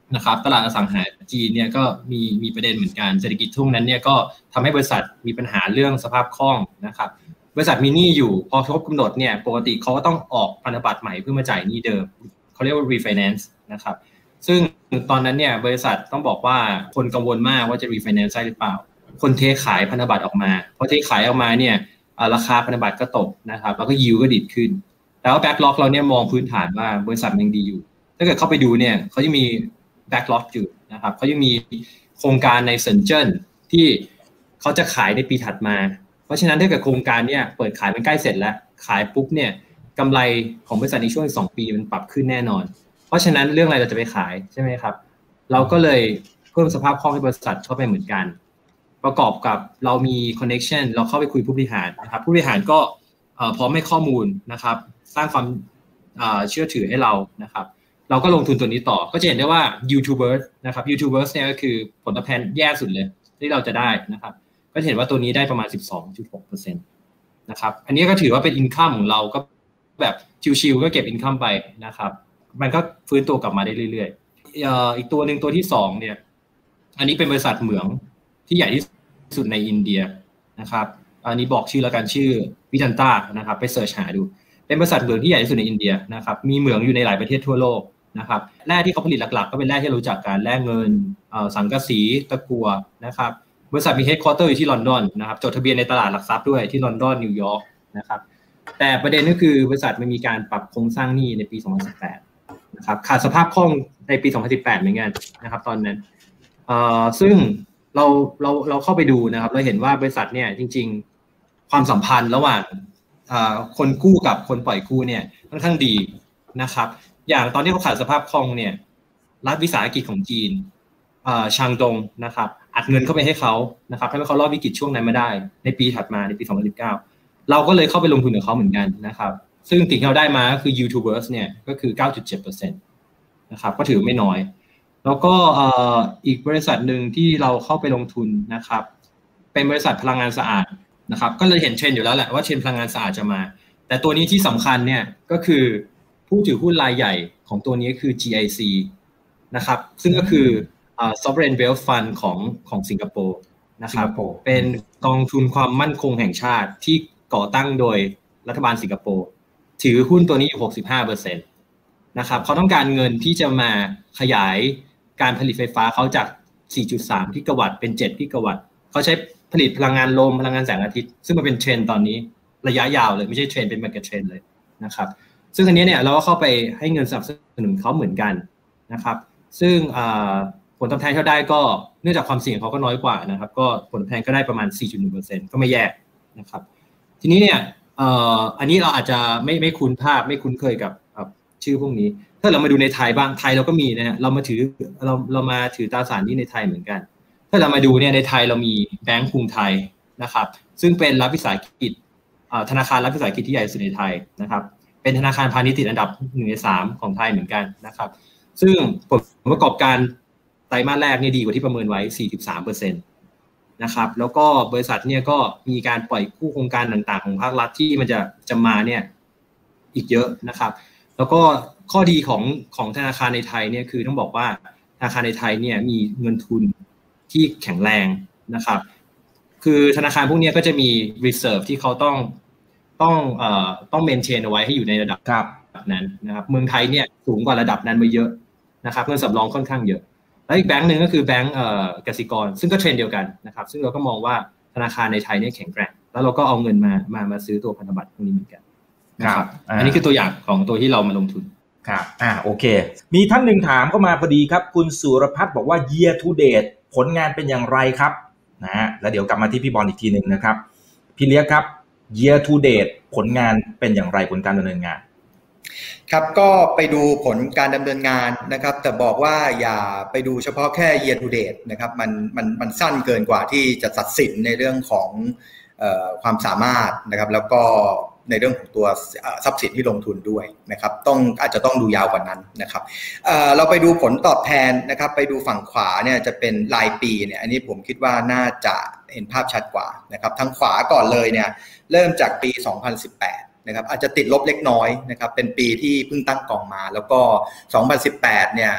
นะครับตลาดอสังหาจีนเนี่ยก็มีมีประเด็นเหมือนกันเศรษฐกิจช่วงนั้นเนี่ยก็ทำให้บริษัทมีปัญหาเรื่องสภาพคล่องนะครับบริษัทมีหนี้อยู่พอครบกำหนดเนี่ยปกติเขาก็ต้องออกพันธบัตรใหม่เพื่อมาจ่ายหนี้เดิมเขาเรียกว่า refinance นะครับซึ่งตอนนั้นเนี่ยบริษัทต้องบอกว่าคนกังวลมากว่าจะ refinance ได้หรือเปล่าคนเทขายพันธบัตรออกมาพอเทขายออกมาเนี่ยราคาพันธบัตรก็ตกนะครับแล้วก็ yield ก็ดีดขึ้นแต่ว่า backlog เราเนี่ยมองพื้นฐานว่าบริษัทยังดีอยู่ถ้าเกิดเข้าไปดูเนี่ยเขาจะมี backlog อยู่นะครับเขายังมีโครงการในเซินเจิ้นที่เขาจะขายในปีถัดมาเพราะฉะนั้นถ้าเกิดโครงการเนี่ยเปิดขายมันใกล้เสร็จแล้วขายปุ๊บเนี่ยกำไรของบริษัทในช่วงสองปีมันปรับขึ้นแน่นอนเพราะฉะนั้นเรื่องอะไรเราจะไปขายใช่ไหมครับเราก็เลยเพิ่มสภาพคล่องให้บริษัทเข้าไปเหมือนกันประกอบกับเรามี connection เราเข้าไปคุยผู้บริหารนะครับผู้บริหารก็พร้อมให้ข้อมูลนะครับสร้างความเชื่อถือให้เรานะครับเราก็ลงทุนตัวนี้ต่อก็จะเห็นได้ว่า YouTubers นะครับ YouTubers เนี่ยก็คือผลตอบแทนแย่สุดเลยที่เราจะได้นะครับก็เห็นว่าตัวนี้ได้ประมาณ สิบสองจุดหกเปอร์เซ็นต์ นะครับอันนี้ก็ถือว่าเป็น income ของเราก็แบบชิวๆก็เก็บ income ไปนะครับมันก็ฟื้นตัวกลับมาได้เรื่อยๆ อ, อีกตัวนึงตัวที่สองเนี่ยอันนี้เป็นบริษัทเหมืองที่ใหญ่ที่สุดในอินเดียนะครับอันนี้บอกชื่อแล้วกันชื่อวิทันต้านะครับไปเสิร์ชหาดูเป็นบริษัทเหมืองที่ใหญ่ที่สุดในอินเดียนะครับมีเหมืองอยู่ในหลายประเทศทั่วโลกนะครับแร่ที่เขาผลิตหลักๆก็เป็นแร่ที่รู้จักกันแร่เงินสังกะสีตะกั่วนะครับบริษัทมีเฮดควอเตอร์อยู่ที่ลอนดอนนะครับจดทะเบียนในตลาดหลักทรัพย์ด้วยที่ลอนดอนนิวยอร์กนะครับแต่ประเด็นก็คือบริษัทมันมีการปรับโครงสร้างหนี้ในปีสองพันสิบแปดนะครับขาดสภาพคล่องในปีสองพันสิบแปดเหมือนกันนะครับตอนนั้นเอ่อซึ่งเราเราเราเข้าไปดูนะครับเราเห็นว่าบริษัทเนี่ยจริงๆความสัมพันธ์ระหว่างคนกู้กับคนปล่อยกู้เนี่ยค่อนข้างดีนะครับอย่างตอนที่เขาขาดสภาพคล่องเนี่ยรัฐวิสาหกิจของจีนชางดงนะครับอัดเงินเข้าไปให้เขานะครับให้เขารอดวิกฤตช่วงนั้นมาได้ในปีถัดมาในปีสองพันสิบเก้าเราก็เลยเข้าไปลงทุนกับเขาเหมือนกันนะครับซึ่งสิ่งที่เราได้มาก็คือ YouTubers เนี่ยก็คือ เก้าจุดเจ็ดเปอร์เซ็นต์ นะครับก็ถือไม่น้อยแล้วก็อีกบริษัทนึงที่เราเข้าไปลงทุนนะครับเป็นบริษัทพลังงานสะอาดนะครับก็เลยเห็นเทรนด์อยู่แล้วแหละว่าเทรนด์พลังงานสะอาดจะมาแต่ตัวนี้ที่สำคัญเนี่ยก็คือผู้ถือหุ้นรายใหญ่ของตัวนี้คือ จี ไอ ซี นะครับซึ่งก็คืออ่า Sovereign Wealth Fund ของของสิงคโปร์นะครับเป็นกองทุนความมั่นคงแห่งชาติที่ก่อตั้งโดยรัฐบาลสิงคโปร์ถือหุ้นตัวนี้อยู่ หกสิบห้าเปอร์เซ็นต์ นะครับเขาต้องการเงินที่จะมาขยายการผลิตไฟฟ้าเขาจาก สี่จุดสาม กิกะวัตต์เป็นเจ็ดกิกะวัตต์เขาใช้ผลิตพลังงานลมพลังงานแสงอาทิตย์ซึ่งมันเป็นเทรนด์ตอนนี้ระยะยาวเลยไม่ใช่เทรนด์เป็นเมกะเทรนด์เลยนะครับซึ่งอันนี้เนี่ยเราก็เข้าไปให้เงินสนับสนุนเขาเหมือนกันนะครับซึ่งผลตอบแทนที่เขาได้ก็เนื่องจากความเสี่ยงเขาก็น้อยกว่านะครับก็ผลตอบแทนก็ได้ประมาณ สี่จุดหนึ่งเปอร์เซ็นต์ ก็ไม่แย่นะครับทีนี้เนี่ยอันนี้เราอาจจะไม่ไม่คุ้นภาพไม่คุ้นเคยกับชื่อพวกนี้ถ้าเรามาดูในไทยบ้างไทยเราก็มีนะฮะเรามาถือเราเรามาถือตราสารหนี้ในไทยเหมือนกันถ้าเรามาดูเนี่ยในไทยเรามีแบงก์กรุงไทยนะครับซึ่งเป็นรัฐวิสาหกิจธนาคารรัฐวิสาหกิจที่ใหญ่สุดในไทยนะครับเป็นธนาคารพาณิชย์ติดอันดับหนึ่งในสามของไทยเหมือนกันนะครับซึ่งผลประกอบการไตรมาสแรกเนี่ยดีกว่าที่ประเมินไว้ สี่สิบสามเปอร์เซ็นต์ นะครับแล้วก็บริษัทเนี่ยก็มีการปล่อยกู้โครงการต่างๆของภาครัฐที่มันจะจะมาเนี่ยอีกเยอะนะครับแล้วก็ข้อดีของของธนาคารในไทยเนี่ยคือต้องบอกว่าธนาคารในไทยเนี่ยมีเงินทุนที่แข็งแรงนะครับคือธนาคารพวกนี้ก็จะมี reserve ที่เขาต้องต้องเอ่อต้อง maintain เอาไว้ให้อยู่ในระดับนั้นนะครับเมืองไทยเนี่ยสูงกว่าระดับนั้นไปเยอะนะครับเงินสำรองค่อนข้างเยอะแล้วอีกแบงค์นึงก็คือแบงค์เอ่อกสิกรซึ่งก็เทรนด์เดียวกันนะครับซึ่งเราก็มองว่าธนาคารในไทยเนี่ยแข็งแกร่งแล้วเราก็เอาเงินมามามาซื้อตัวพันธบัตรพวกนี้เหมือนกันครับอันนี้คือตัวอย่างของตัวที่เรามาลงทุนครับอ่าโอเคมีท่านหนึ่งถามเข้ามาพอดีครับคุณสุรพัฒน์บอกว่า year to date ผลงานเป็นอย่างไรครับนะฮะแล้วเดี๋ยวกลับมาที่พี่บอลอีกทีนึงนะครับพี่เลี้ยงครับ year to date ผลงานเป็นอย่างไรผลการดำเนินงานครับก็ไปดูผลการดำเนินงานนะครับแต่บอกว่าอย่าไปดูเฉพาะแค่ year to date นะครับมันมันมันสั้นเกินกว่าที่จะตัดสินในเรื่องของเอ่อความสามารถนะครับแล้วก็ในเรื่องของตัวทรัพย์สินที่ลงทุนด้วยนะครับต้องอาจจะต้องดูยาวกว่านั้นนะครับ เอ่อ เราไปดูผลตอบแทนนะครับไปดูฝั่งขวาเนี่ยจะเป็นรายปีเนี่ยอันนี้ผมคิดว่าน่าจะเห็นภาพชัดกว่านะครับทางขวาก่อนเลยเนี่ยเริ่มจากปีสองพันสิบแปดนะครับอาจจะติดลบเล็กน้อยนะครับเป็นปีที่เพิ่งตั้งกองมาแล้วก็สองพันสิบแปดเนี่ยไป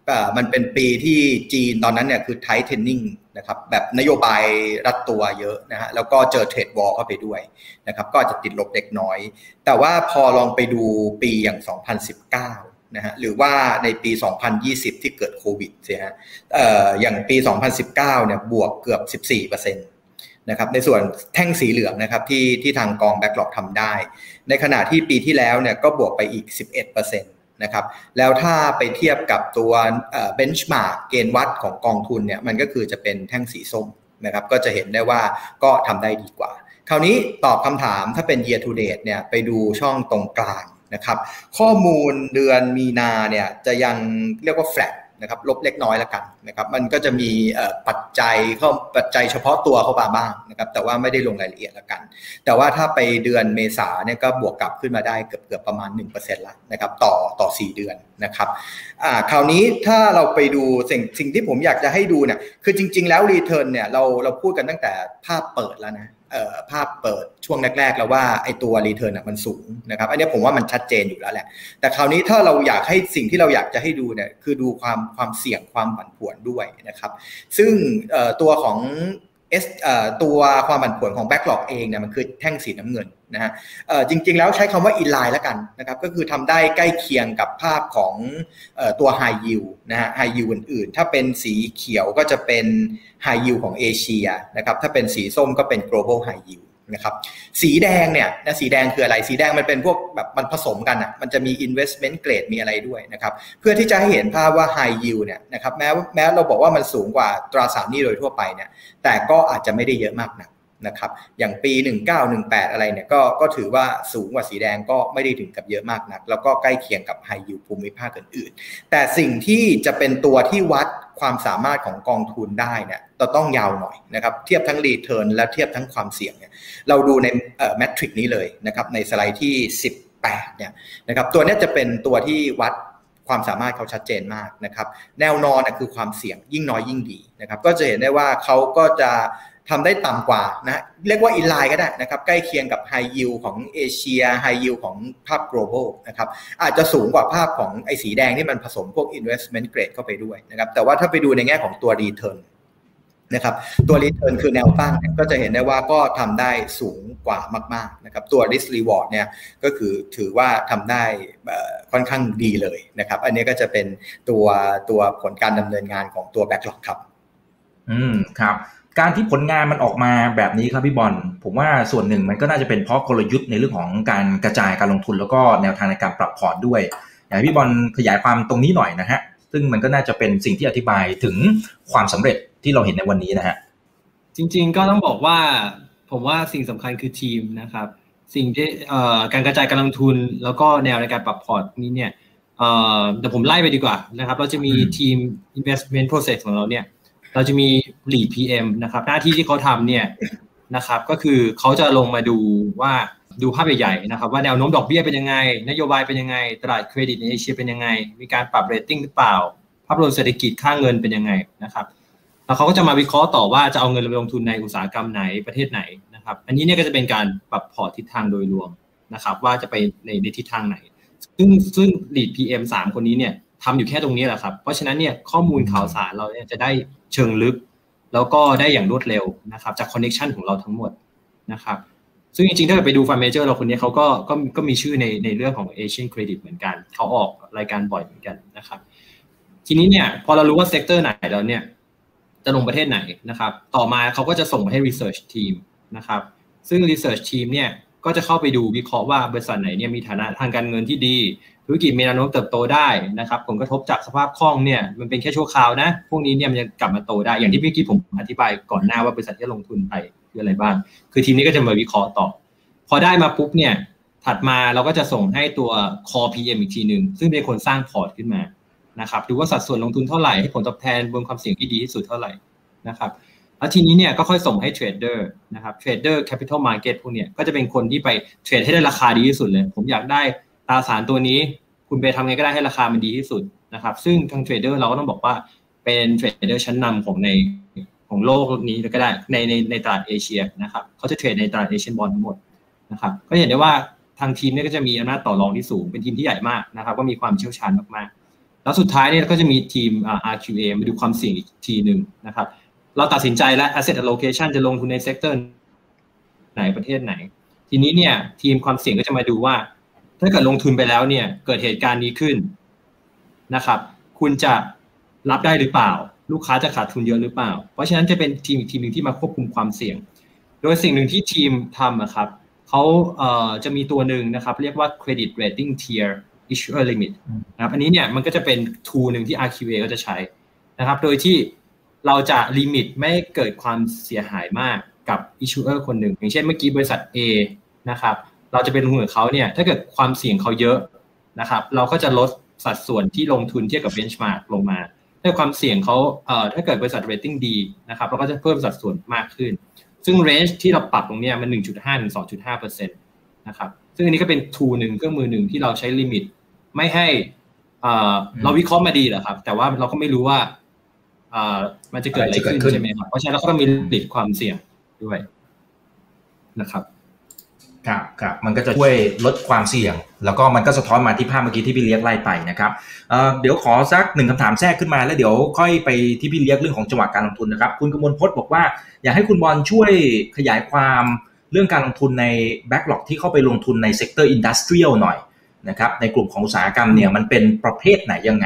มันเป็นปีที่จีนตอนนั้นเนี่ยคือ tightening นะครับแบบนโยบายรัดตัวเยอะนะฮะแล้วก็เจอเทรดวอร์เข้าไปด้วยนะครับก็อาจจะติดลบเล็กน้อยแต่ว่าพอลองไปดูปีอย่างสองพันสิบเก้านะฮะหรือว่าในปีสองพันยี่สิบที่เกิดโควิดใช่ฮะเอ่ออย่างปีสองพันสิบเก้าเนี่ยบวกเกือบ สิบสี่เปอร์เซ็นต์ นะครับในส่วนแท่งสีเหลืองนะครับที่ที่ทางกองแบ็คล็อกทำได้ในขณะที่ปีที่แล้วเนี่ยก็บวกไปอีก สิบเอ็ดเปอร์เซ็นต์ นะครับแล้วถ้าไปเทียบกับตัวเอ่อ benchmark เกณฑ์วัดของกองทุนเนี่ยมันก็คือจะเป็นแท่งสีส้มนะครับก็จะเห็นได้ว่าก็ทำได้ดีกว่าคราวนี้ตอบคำถามถ้าเป็น year to date เนี่ยไปดูช่องตรงกลางนะครับข้อมูลเดือนมีนาเนี่ยจะยังเรียกว่า flat นะครับลบเล็กน้อยแล้วกันนะครับมันก็จะมีปัจจัยเข้าปัจจัยเฉพาะตัวเข้ามาบ้างนะครับแต่ว่าไม่ได้ลงรายละเอียดแล้วกันแต่ว่าถ้าไปเดือนเมษาเนี่ยก็บวกกลับขึ้นมาได้เกือบๆประมาณ หนึ่งเปอร์เซ็นต์ ละนะครับต่อต่อสี่เดือนนะครับอ่าคราวนี้ถ้าเราไปดูสิ่งสิ่งที่ผมอยากจะให้ดูเนี่ยคือจริงๆแล้วรีเทิร์นเนี่ยเราเราพูดกันตั้งแต่ภาพเปิดแล้วนะเอ่อภาพเปิดช่วงแรกๆแล้วว่าไอ้ตัว return น่ะมันสูงนะครับอันนี้ผมว่ามันชัดเจนอยู่แล้วแหละแต่คราวนี้ถ้าเราอยากให้สิ่งที่เราอยากจะให้ดูเนี่ยคือดูความความเสี่ยงความผันผวนด้วยนะครับซึ่งเอ่อตัวของ S เอ่อตัวความผันผวนของ backlog เองเนี่ยมันคือแท่งสีน้ำเงินนะฮะเอ่อจริงๆแล้วใช้คำว่า inline แล้วกันนะครับก็คือทำได้ใกล้เคียงกับภาพของเอ่อตัว high yield นะฮะ high yield อื่นๆถ้าเป็นสีเขียวก็จะเป็น high yield ของเอเชียนะครับถ้าเป็นสีส้มก็เป็น global high yield นะครับสีแดงเนี่ยนะสีแดงคืออะไรสีแดงมันเป็นพวกแบบมันผสมกันอ่ะมันจะมี investment grade มีอะไรด้วยนะครับเพื่อที่จะให้เห็นภาพว่า high yield เนี่ยนะครับแม้แม้เราบอกว่ามันสูงกว่าตราสารหนี้โดยทั่วไปเนี่ยแต่ก็อาจจะไม่ได้เยอะมากนักนะครับอย่างปีหนึ่งเก้าหนึ่งแปดอะไรเนี่ยก็ก็ถือว่าสูงกว่าสีแดงก็ไม่ได้ถึงกับเยอะมากนักแล้วก็ใกล้เคียงกับ high yield ภูมิภาคอื่นๆแต่สิ่งที่จะเป็นตัวที่วัดความสามารถของกองทุนได้เนี่ยเราต้องยาวหน่อยนะครับเทียบทั้ง return และเทียบทั้งความเสี่ยงเนี่ยเราดูในเอ่อ metric นี้เลยนะครับในสไลด์ที่สิบแปดเนี่ยนะครับตัวนี้จะเป็นตัวที่วัดความสามารถเขาชัดเจนมากนะครับแนวนอนน่ะคือความเสี่ยงยิ่งน้อยยิ่งดีนะครับก็จะเห็นได้ว่าเขาก็จะทำได้ต่ำกว่านะเรียกว่า inline ก็ได้นะครับใกล้เคียงกับ high yield ของเอเชีย high yield ของภาพ global นะครับอาจจะสูงกว่าภาพของไอ้สีแดงที่มันผสมพวก investment grade เข้าไปด้วยนะครับแต่ว่าถ้าไปดูในแง่ของตัว return นะครับตัว return คือแนวตั้งก็จะเห็นได้ว่าก็ทำได้สูงกว่ามากๆนะครับตัว risk reward เนี่ยก็คือถือว่าทำได้ค่อนข้างดีเลยนะครับอันนี้ก็จะเป็นตัวตัวผลการดำเนินงานของตัว backlog ครับอืมครับการที่ผลงานมันออกมาแบบนี้ครับพี่บอลผมว่าส่วนหนึ่งมันก็น่าจะเป็นเพราะกลยุทธ์ในเรื่องของการกระจายการลงทุนแล้วก็แนวทางในการปรับพอร์ตด้วยอยากให้พี่บอลขยายความตรงนี้หน่อยนะฮะซึ่งมันก็น่าจะเป็นสิ่งที่อธิบายถึงความสำเร็จที่เราเห็นในวันนี้นะฮะจริงๆก็ต้องบอกว่าผมว่าสิ่งสำคัญคือทีมนะครับสิ่งที่เอ่อการกระจายการลงทุนแล้วก็แนวในการปรับพอร์ตนี้เนี่ยเอ่อเดี๋ยวผมไล่ไปดีกว่านะครับเราจะมีทีม investment process ของเราเนี่ยเราจะมี lead พี เอ็ม นะครับหน้าที่ที่เขาทำเนี่ยนะครับก็คือเขาจะลงมาดูว่าดูภาพใหญ่ๆนะครับว่าแนวโน้มดอกเบี้ยเป็นยังไงนโยบายเป็นยังไงตลาดเครดิตในเอเชียเป็นยังไงมีการปรับเรตติ้งหรือเปล่าภาพรวมเศรษฐกิจค่าเงินเป็นยังไงนะครับแล้วเขาก็จะมาวิเคราะห์ต่อว่าจะเอาเงินไปลงทุนในอุตสาหกรรมไหนประเทศไหนนะครับอันนี้เนี่ยก็จะเป็นการปรับพอร์ตทิศทางโดยรวมนะครับว่าจะไปในในทิศทางไหนซึ่งซึ่ง lead พี เอ็ม สามคนนี้เนี่ยทำอยู่แค่ตรงนี้แหละครับเพราะฉะนั้นเนี่ยข้อมูลข่าวสารเราเนี่ยจะได้เชิงลึกแล้วก็ได้อย่างรวดเร็วนะครับจากคอนเนคชันของเราทั้งหมดนะครับซึ่งจริงๆถ้าไปดูฟันเมเจอร์เราคนนี้เขาก็ก็ก็มีชื่อในในเรื่องของ Asian Credit เหมือนกันเขาออกรายการบ่อยเหมือนกันนะครับทีนี้เนี่ยพอเรารู้ว่าเซกเตอร์ไหนแล้วเนี่ยจะลงประเทศไหนนะครับต่อมาเขาก็จะส่งมาให้ research team นะครับซึ่ง research team เนี่ยก็จะเข้าไปดูวิเคราะห์ว่าบริษัทไหนเนี่ยมีฐานะทางการเงินที่ดีธุรกิจมีแนวโน้มเติบโตได้นะครับผลกระทบจากสภาพคล่องเนี่ยมันเป็นแค่ชั่วคราวนะพวกนี้เนี่ยมันจะกลับมาโตได้อย่างที่เมื่อกี้ผมอธิบายก่อนหน้าว่าบริษัทที่ลงทุนไปคืออะไรบ้างคือทีมนี้ก็จะมาวิเคราะห์ต่อพอได้มาปุ๊บเนี่ยถัดมาเราก็จะส่งให้ตัว core พี เอ็ม อีกทีนึงซึ่งเป็นคนสร้างพอร์ตขึ้นมานะครับดูว่าสัดส่วนลงทุนเท่าไหร่ให้ผลตอบแทนบนความเสี่ยงที่ดีที่สุดเท่าไหร่นะครับแล้วทีนี้เนี่ยก็ค่อยส่งให้เทรดเดอร์นะครับเทรดเดอร์แคปิตอลมาร์เก็ตพวกเนี้ยก็จะเป็นคนที่ไปเทรดให้ได้ราคาดีที่สุดเลยผมอยากได้ตราสารตัวนี้คุณไปทำไงก็ได้ให้ราคามันดีที่สุดนะครับซึ่งทางเทรดเดอร์เราก็ต้องบอกว่าเป็นเทรดเดอร์ชั้นนำของในของโลกนี้ก็ได้ในในในตลาดเอเชียนะครับเขาจะเทรดในตลาดเอเชียนบอนด์ทั้งหมดนะครับก็เห็นได้ว่าทางทีมเนี่ยก็จะมีอำนาจต่อรองที่สูงเป็นทีมที่ใหญ่มากนะครับก็มีความเชี่ยวชาญมากๆแล้วสุดท้ายเนี่ยก็จะมีทีม อาร์ คิว เอ มาดูความเสี่ยงอีกทีนึงนะครับเราตัดสินใจแล้ว asset allocation จะลงทุนในเซกเตอร์ไหนประเทศไหนทีนี้เนี่ยทีมความเสี่ยงก็จะมาดูว่าถ้าเกิดลงทุนไปแล้วเนี่ยเกิดเหตุการณ์นี้ขึ้นนะครับคุณจะรับได้หรือเปล่าลูกค้าจะขาดทุนเยอะหรือเปล่าเพราะฉะนั้นจะเป็นทีมอีกทีมนึงที่มาควบคุมความเสี่ยงโดยสิ่งหนึ่งที่ทีมทำอะครับเขาเอ่อจะมีตัวหนึ่งนะครับเรียกว่า credit rating tier issuer limit นะครับอันนี้เนี่ยมันก็จะเป็น tool นึงที่ อาร์ คิว เอ ก็จะใช้นะครับโดยที่เราจะลิมิตไม่ให้เกิดความเสียหายมากกับ issuer คนหนึ่งอย่างเช่นเมื่อกี้บริษัท A นะครับเราจะเป็นลงทุนกับเขาเนี่ยถ้าเกิดความเสี่ยงเขาเยอะนะครับเราก็จะลดสัดส่วนที่ลงทุนเทียบกับ benchmark ลงมาถ้าความเสี่ยงเขาเอ่อถ้าเกิดบริษัท rating ดีนะครับเราก็จะเพิ่มสัดส่วนมากขึ้นซึ่ง range ที่เราปรับตรงนี้มัน หนึ่งจุดห้า ถึง สองจุดห้าเปอร์เซ็นต์ นะครับซึ่งอันนี้ก็เป็น tool นึงเครื่องมือหนึ่งที่เราใช้ลิมิตไม่ให้เอ่อเราวิเคราะห์มาดีแหละครับแต่ว่าเราก็ไม่รู้ว่าเอ่อมันจะเกิดอะไรขึ้นใช่ไหมครับเพราะฉะนั้นเราก็ต้องมีลิมิตความเสี่ยงด้วยนะครับครับครับมันก็จะช่วยลดความเสี่ยงแล้วก็มันก็สะท้อนมาที่ภาพเมื่อกี้ที่พี่เลี้ยงไล่ไปนะครับเอ่อเดี๋ยวขอสักหนึ่งคำถามแทรกขึ้นมาแล้วเดี๋ยวค่อยไปที่พี่เลี้ยงเรื่องของจังหวะการลงทุนนะครับคุณกมลพจน์บอกว่าอยากให้คุณบอลช่วยขยายความเรื่องการลงทุนในแบ็คล็อกที่เข้าไปลงทุนในเซกเตอร์อินดัสเทรียลหน่อยนะครับในกลุ่มของอุตสาหกรรมเนี่ยมันเป็นประเภทไหนยังไง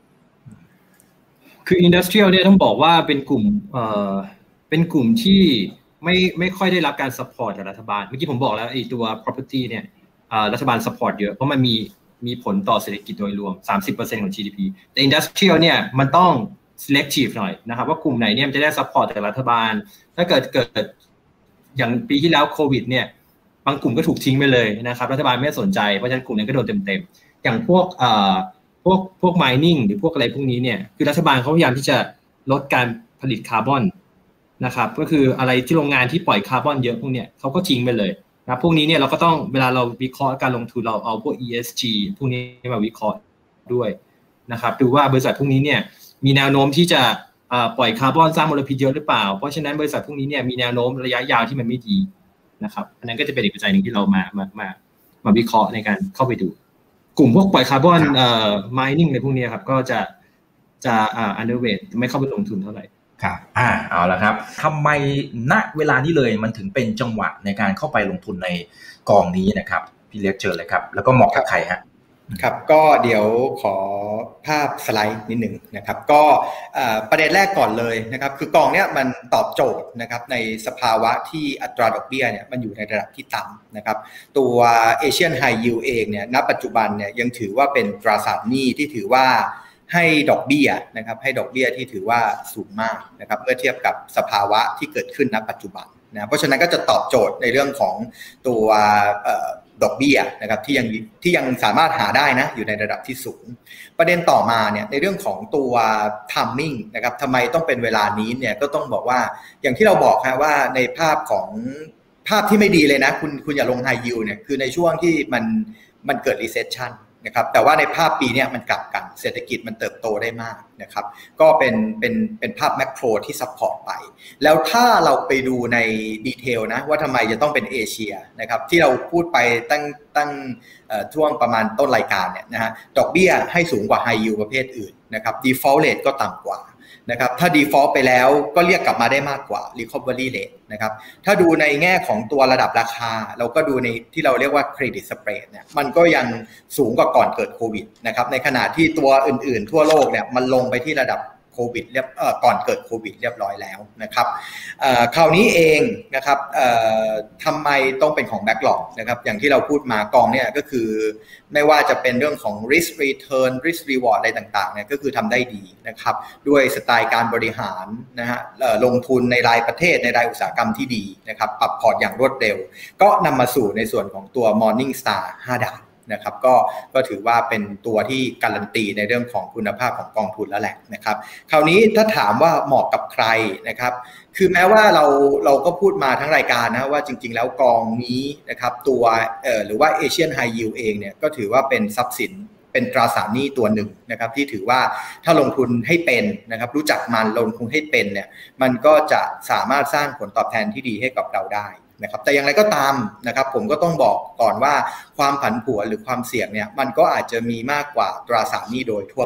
คืออินดัสเทรียลเนี่ยต้องบอกว่าเป็นกลุ่มเอ่อเป็นกลุ่มที่ไม่ไม่ค่อยได้รับการซัพพอร์ตจากรัฐบาลเมื่อกี้ผมบอกแล้วไอ้ตัว property เนี่ยรัฐบาลซัพพอร์ตเยอะเพราะมันมีมีผลต่อเศรษฐกิจโดยรวม สามสิบเปอร์เซ็นต์ ของ จี ดี พี แต่ industrial เนี่ยมันต้อง selective หน่อยนะครับว่ากลุ่มไหนเนี่ยมันจะได้ซัพพอร์ตจากรัฐบาลถ้าเกิดเกิดอย่างปีที่แล้วโควิดเนี่ยบางกลุ่มก็ถูกทิ้งไปเลยนะครับรัฐบาลไม่สนใจเพราะฉะนั้นกลุ่มนั้นก็โดนเต็มๆอย่างพวกเอ่อพวกพวก mining หรือพวกอะไรพวกนี้เนี่ยคือรัฐบาลเขาพยายามที่จะลดการผลิตคาร์บอนนะครับก็คืออะไรที่โรงงานที่ปล่อยคาร์บอนเยอะพวกเนี้ยเขาก็ทิ้งไปเลยนะพวกนี้เนี่ยเราก็ต้องเวลาเราวิเคราะห์การลงทุนเราเอาพวก อี เอส จี พวกนี้มาวิเคราะห์ด้วยนะครับดูว่าบริษัทพวกนี้เนี่ยมีแนวโน้มที่จะปล่อยคาร์บอนสร้างมลพิษเยอะหรือเปล่าเพราะฉะนั้นบริษัทพวกนี้เนี่ยมีแนวโน้มระยะยาวที่มันไม่ดีนะครับอันนั้นก็จะเป็นอีกปัจจัยนึงที่เรามามามามาวิเคราะห์ในการเข้าไปดูกลุ่มพวกปล่อยคาร์บอนเอ่อ mining ในพวกนี้ครับก็จะจะอ่า underweight ไม่เข้าไปลงทุนเท่าไหร่ครับอ่าเอาละครับทำไมณเวลานี้เลยมันถึงเป็นจังหวะในการเข้าไปลงทุนในกองนี้นะครับพี่เล็กเชิญเลยครับแล้วก็เหมาะกับใครฮะครับก็เดี๋ยวขอภาพสไลด์นิดหนึ่งนะครับก็ประเด็นแรกก่อนเลยนะครับคือกองเนี้ยมันตอบโจทย์นะครับในสภาวะที่อัตราดอกเบี้ยเนี่ยมันอยู่ในระดับที่ต่ำนะครับตัว Asian High Yield เองเนี่ยณปัจจุบันเนี่ยยังถือว่าเป็นตราสารหนี้ที่ถือว่าให้ดอกเบี้ยนะครับให้ดอกเบี้ยที่ถือว่าสูงมากนะครับเมื่อเทียบกับสภาวะที่เกิดขึ้นณปัจจุบันนะเพราะฉะนั้นก็จะตอบโจทย์ในเรื่องของตัวดอกเบี้ยนะครับที่ยังที่ยังสามารถหาได้นะอยู่ในระดับที่สูงประเด็นต่อมาเนี่ยในเรื่องของตัว timing นะครับทำไมต้องเป็นเวลานี้เนี่ยก็ต้องบอกว่าอย่างที่เราบอกครับว่าในภาพของภาพที่ไม่ดีเลยนะคุณคุณอย่าลง high yield เนี่ยคือในช่วงที่มันมันเกิด recessionนะครับแต่ว่าในภาพปีนี้มันกลับกันเศรษฐกิจมันเติบโตได้มากนะครับก็เป็นเป็นเป็นภาพแมคโครที่ซัพพอร์ตไปแล้วถ้าเราไปดูในดีเทลนะว่าทำไมจะต้องเป็นเอเชียนะครับที่เราพูดไปตั้งตั้งช่วงประมาณต้นรายการเนี่ยนะฮะดอกเบี้ยให้สูงกว่าไฮยิลด์ประเภทอื่นนะครับ default rate ก็ต่ำกว่านะครับถ้า default ไปแล้วก็เรียกกลับมาได้มากกว่า recovery rate นะครับถ้าดูในแง่ของตัวระดับราคาเราก็ดูในที่เราเรียกว่า credit spread เนี่ยมันก็ยังสูงกว่าก่อนเกิดโควิดนะครับในขณะที่ตัวอื่นๆทั่วโลกเนี่ยมันลงไปที่ระดับโควิดเรียบเอ่อก่อนเกิดโควิดเรียบร้อยแล้วนะครับเอ่อคราวนี้เองนะครับเอ่อทำไมต้องเป็นของ backlog นะครับอย่างที่เราพูดมากองเนี่ยก็คือไม่ว่าจะเป็นเรื่องของ risk return risk reward อะไรต่างๆเนี่ยก็คือทำได้ดีนะครับด้วยสไตล์การบริหารนะฮะลงทุนในรายประเทศในรายอุตสาหกรรมที่ดีนะครับปรับพอร์ตอย่างรวดเร็วก็นำมาสู่ในส่วนของตัว Morningstar ห้าดาวนะครับก็ก็ถือว่าเป็นตัวที่การันตีในเรื่องของคุณภาพของกองทุนแล้วแหละนะครับคราวนี้ถ้าถามว่าเหมาะกับใครนะครับคือแม้ว่าเราเราก็พูดมาทั้งรายการนะว่าจริงๆแล้วกองนี้นะครับตัวเอ่อหรือว่า Asian High Yield เองเนี่ยก็ถือว่าเป็นทรัพย์สินเป็นตราสารหนี้ตัวหนึ่งนะครับที่ถือว่าถ้าลงทุนให้เป็นนะครับรู้จักมันลงทุนให้เป็นเนี่ยมันก็จะสามารถสร้างผลตอบแทนที่ดีให้กับเราได้นะครับแต่อย่างไรก็ตามนะครับผมก็ต้องบอกก่อนว่าความผันผวนหรือความเสี่ยงเนี่ยมันก็อาจจะมีมากกว่าตราสารหนี้โดยทั่วไป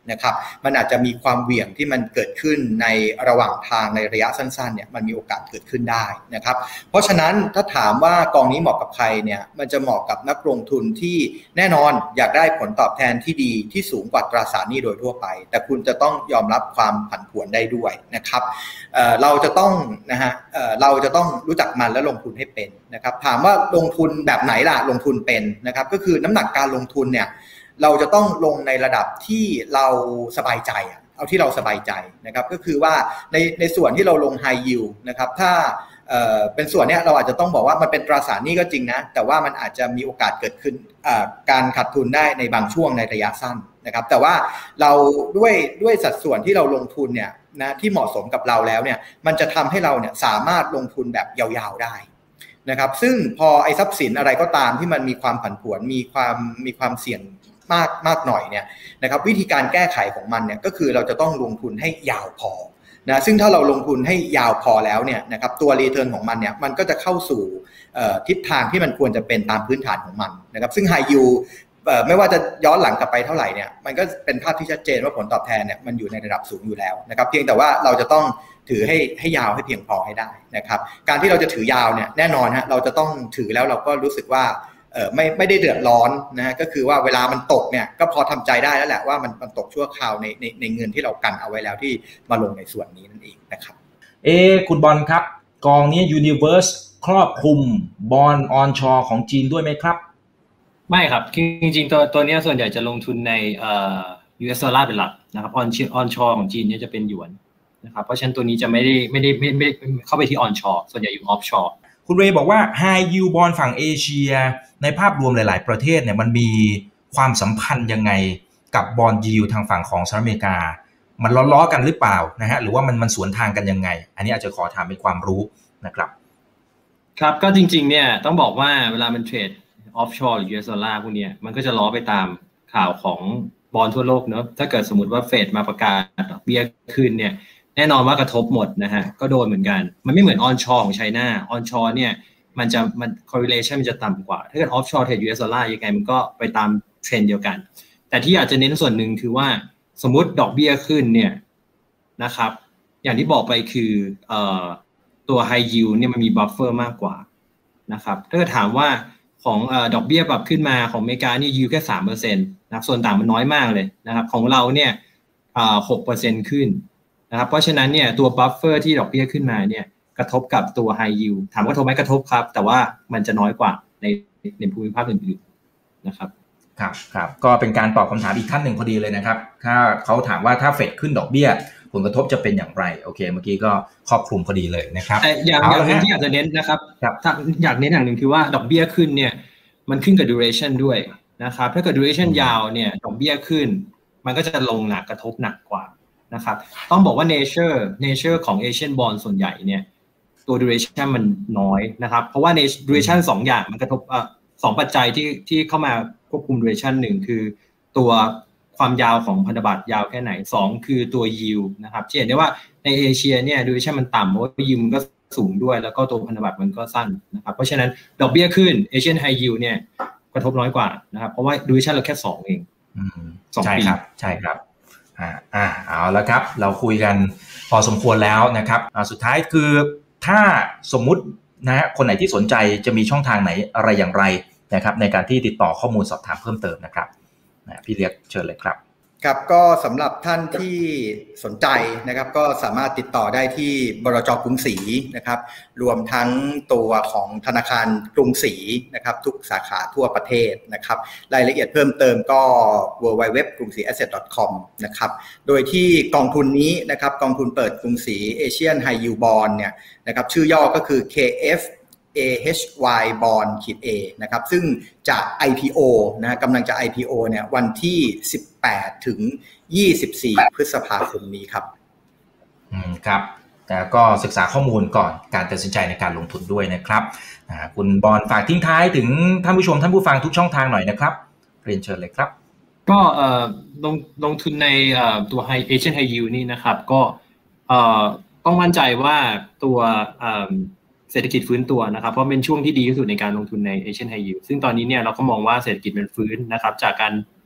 นะครับมันอาจจะมีความเหวี่ยงที่มันเกิดขึ้นในระหว่างทางในระยะสั้นๆเนี่ยมันมีโอกาสเกิดขึ้นได้นะครับเพราะฉะนั้นถ้าถามว่ากองนี้เหมาะกับใครเนี่ยมันจะเหมาะกับนักลงทุนที่แน่นอนอยากได้ผลตอบแทนที่ดีที่สูงกว่าตราสารหนี้โดยทั่วไปแต่คุณจะต้องยอมรับความผันผวนได้ด้วยนะครับ เอ่อ เราจะต้องนะฮะเอ่อเราจะต้องรู้จักมันและลงทุนให้เป็นนะครับถามว่าลงทุนแบบไหนล่ะลงทุนเป็นนะครับก็คือน้ำหนักการลงทุนเนี่ยเราจะต้องลงในระดับที่เราสบายใจเอาที่เราสบายใจนะครับก็คือว่าในในส่วนที่เราลง high yield นะครับถ้าเอ่อเป็นส่วนเนี้ยเราอาจจะต้องบอกว่ามันเป็นตราสารหนี้ก็จริงนะแต่ว่ามันอาจจะมีโอกาสเกิดขึ้นอ่าการขาดทุนได้ในบางช่วงในระยะสั้นนะครับแต่ว่าเราด้วยด้วยสัดส่วนที่เราลงทุนเนี่ยนะที่เหมาะสมกับเราแล้วเนี่ยมันจะทำให้เราเนี่ยสามารถลงทุนแบบยาวๆได้นะครับซึ่งพอไอ้ทรัพย์สินอะไรก็ตามที่มันมีความผันผวนมีความมีความเสี่ยงมากมากหน่อยเนี่ยนะครับวิธีการแก้ไขของมันเนี่ยก็คือเราจะต้องลงทุนให้ยาวพอนะซึ่งถ้าเราลงทุนให้ยาวพอแล้วเนี่ยนะครับตัวรีเทิร์นของมันเนี่ยมันก็จะเข้าสู่ทิศทางที่มันควรจะเป็นตามพื้นฐานของมันนะครับซึ่ง High Yield ไม่ว่าจะย้อนหลังกลับไปเท่าไหร่เนี่ยมันก็เป็นภาพที่ชัดเจนว่าผลตอบแทนเนี่ยมันอยู่ในระดับสูงอยู่แล้วนะครับเพียงแต่ว่าเราจะต้องถือให้ให้ยาวให้เพียงพอให้ได้นะครับการที่เราจะถือยาวเนี่ยแน่นอนฮะเราจะต้องถือแล้วเราก็รู้สึกว่าเออไม่ไม่ได้เดือดร้อนนะฮะก็คือว่าเวลามันตกเนี่ยก็พอทำใจได้แล้วแหละว่ามันมันตกชั่วคราวในในในเงินที่เรากันเอาไว้แล้วที่มาลงในส่วนนี้นั่นเองนะครับเอคุณบอลครับกองนี้ Universe ครอบคลุมบอนด์ออนชอร์ของจีนด้วยไหมครับไม่ครับจริงๆตัวตัวนี้ส่วนใหญ่จะลงทุนในเอ่อ ยู เอส ดอลลาร์เป็นหลักนะครับออนออนชอร์ของจีนเนี่ยจะเป็นหยวนนะครับเพราะฉะนั้นตัวนี้จะไม่ได้ไม่ได้ไม่ไม่เข้าไปที่ออนชอร์ส่วนใหญ่อยู่ออฟชอร์คุณเรย์บอกว่า High Yield Bond ฝั่งเอเชียในภาพรวมหลายๆประเทศเนี่ยมันมีความสัมพันธ์ยังไงกับบอนด์ยิลด์ทางฝั่งของสหรัฐอเมริกามันล้อๆกันหรือเปล่านะฮะหรือว่ามันมันสวนทางกันยังไงอันนี้อาจจะขอถามเป็นความรู้นะครับครับก็จริงๆเนี่ยต้องบอกว่าเวลามันเทรดออฟชอร์หรือ ยู เอส ดอลลาร์พวกนี้มันก็จะล้อไปตามข่าวของบอนด์ทั่วโลกเนอะถ้าเกิดสมมติว่าเฟดมาประกาศดอกเบี้ยขึ้นเนี่ยแน่นอนว่ากระทบหมดนะฮะก็โดนเหมือนกันมันไม่เหมือนออนชอร์ของไชน่าออนชอร์เนี่ยมันจะมัน correlation มันจะต่ำกว่าถ้าเกิด offshore trade ยู เอส ดอลลาร์ยังไงมันก็ไปตามเทรนด์เดียวกันแต่ที่อยากจะเน้นส่วนหนึ่งคือว่าสมมุติดอกเบี้ยขึ้นเนี่ยนะครับอย่างที่บอกไปคือเอ่อตัว high yield เนี่ยมันมี buffer มากกว่านะครับถ้าเกิดถามว่าของเอ่อดอกเบี้ยปรับขึ้นมาของอเมริกานี่ yield แค่ สามเปอร์เซ็นต์ นะครับส่วนต่างมันน้อยมากเลยนะครับของเราเนี่ยเอ่อ หกเปอร์เซ็นต์ ขึ้นนะครับเพราะฉะนั้นเนี่ยตัว buffer ที่ดอกเบี้ยขึ้นมาเนี่ยกระทบกับตัว high yield ถามว่ากระทบไหมกระทบครับแต่ว่ามันจะน้อยกว่าในในภูมิภาคอื่นๆนะครับครับครับก็เป็นการตอบคำถามอีกท่านหนึ่งพอดีเลยนะครับถ้าเขาถามว่าถ้าเฟดขึ้นดอกเบี้ยผลกระทบจะเป็นอย่างไรโอเคเมื่อกี้ก็ครอบคลุมพอดีเลยนะครับแต่อย่างอย่างนึงที่อยากจะเน้นนะครับอยากเน้นอย่างหนึ่งคือว่าดอกเบี้ยขึ้นเนี่ยมันขึ้นกับ duration ด้วยนะครับถ้าเกิด duration ยาวเนี่ยดอกเบี้ยขึ้นมันก็จะลงหนักกระทบหนักกว่านะครับต้องบอกว่า nature nature ของ Asian bond ส่วนใหญ่เนี่ยตัว duration มันน้อยนะครับเพราะว่าใน duration สองอย่างมันกระทบเอ่อสองปัจจัยที่ที่เข้ามาควบคุม duration หนึ่งคือตัวความยาวของพันธบัตรยาวแค่ไหนสองคือตัว yield นะครับจะเห็นได้ว่าในเอเชียเนี่ย duration มันต่ำเพราะว่า yield มันก็สูงด้วยแล้วก็ตัวพันธบัตรมันก็สั้นนะครับเพราะฉะนั้นดอกเบี้ยขึ้น Asian high yield เนี่ยกระทบน้อยกว่านะครับเพราะว่า duration เราแค่สองเองอืมสองปีใช่ครับใช่ครับอ่าอ่าเอาละครับเราคุยกันพอสมควรแล้วนะครับอ่าสุดท้ายคือถ้าสมมุตินะฮะคนไหนที่สนใจจะมีช่องทางไหนอะไรอย่างไรนะครับในการที่ติดต่อข้อมูลสอบถามเพิ่มเติมนะครับนะพี่เรียกเชิญเลยครับครับก็สำหรับท่านที่สนใจนะครับก็สามารถติดต่อได้ที่บลจ.กรุงศรีนะครับรวมทั้งตัวของธนาคารกรุงศรีนะครับทุกสาขาทั่วประเทศนะครับรายละเอียดเพิ่มเติมก็ ดับเบิลยู ดับเบิลยู ดับเบิลยู ดอท กรุงศรี แอสเซท ดอท คอม นะครับโดยที่กองทุนนี้นะครับกองทุนเปิดกรุงศรี Asian High Yield Bond เนี่ยนะครับชื่อย่อก็คือ เค เอฟ เอ เอช วาย Bond-A นะครับซึ่งจะ ไอ พี โอ นะกำลังจะ ไอ พี โอ เนี่ยวันที่สิบแปดถึงยี่สิบสี่พฤษภาคมนี้ครับอืมครับแต่ก็ศึกษาข้อมูลก่อนการตัดสินใจในการลงทุนด้วยนะครับอ่าคุณบอลฝากทิ้งท้ายถึงท่านผู้ชมท่านผู้ฟังทุกช่องทางหน่อยนะครับเรียนเชิญเลยครับก็เอ่อลงลงทุนในเอ่อตัว High Asian High Yield นี่นะครับก็เอ่อต้องมั่นใจว่าตัวเอ่อเศรษฐกิจฟื้นตัวนะครับเพราะเป็นช่วงที่ดีที่สุดในการลงทุนใน Asian High Yield ซึ่งตอนนี้เนี่ยเราก็มองว่าเศรษฐกิจมันฟื้นนะครับจากการป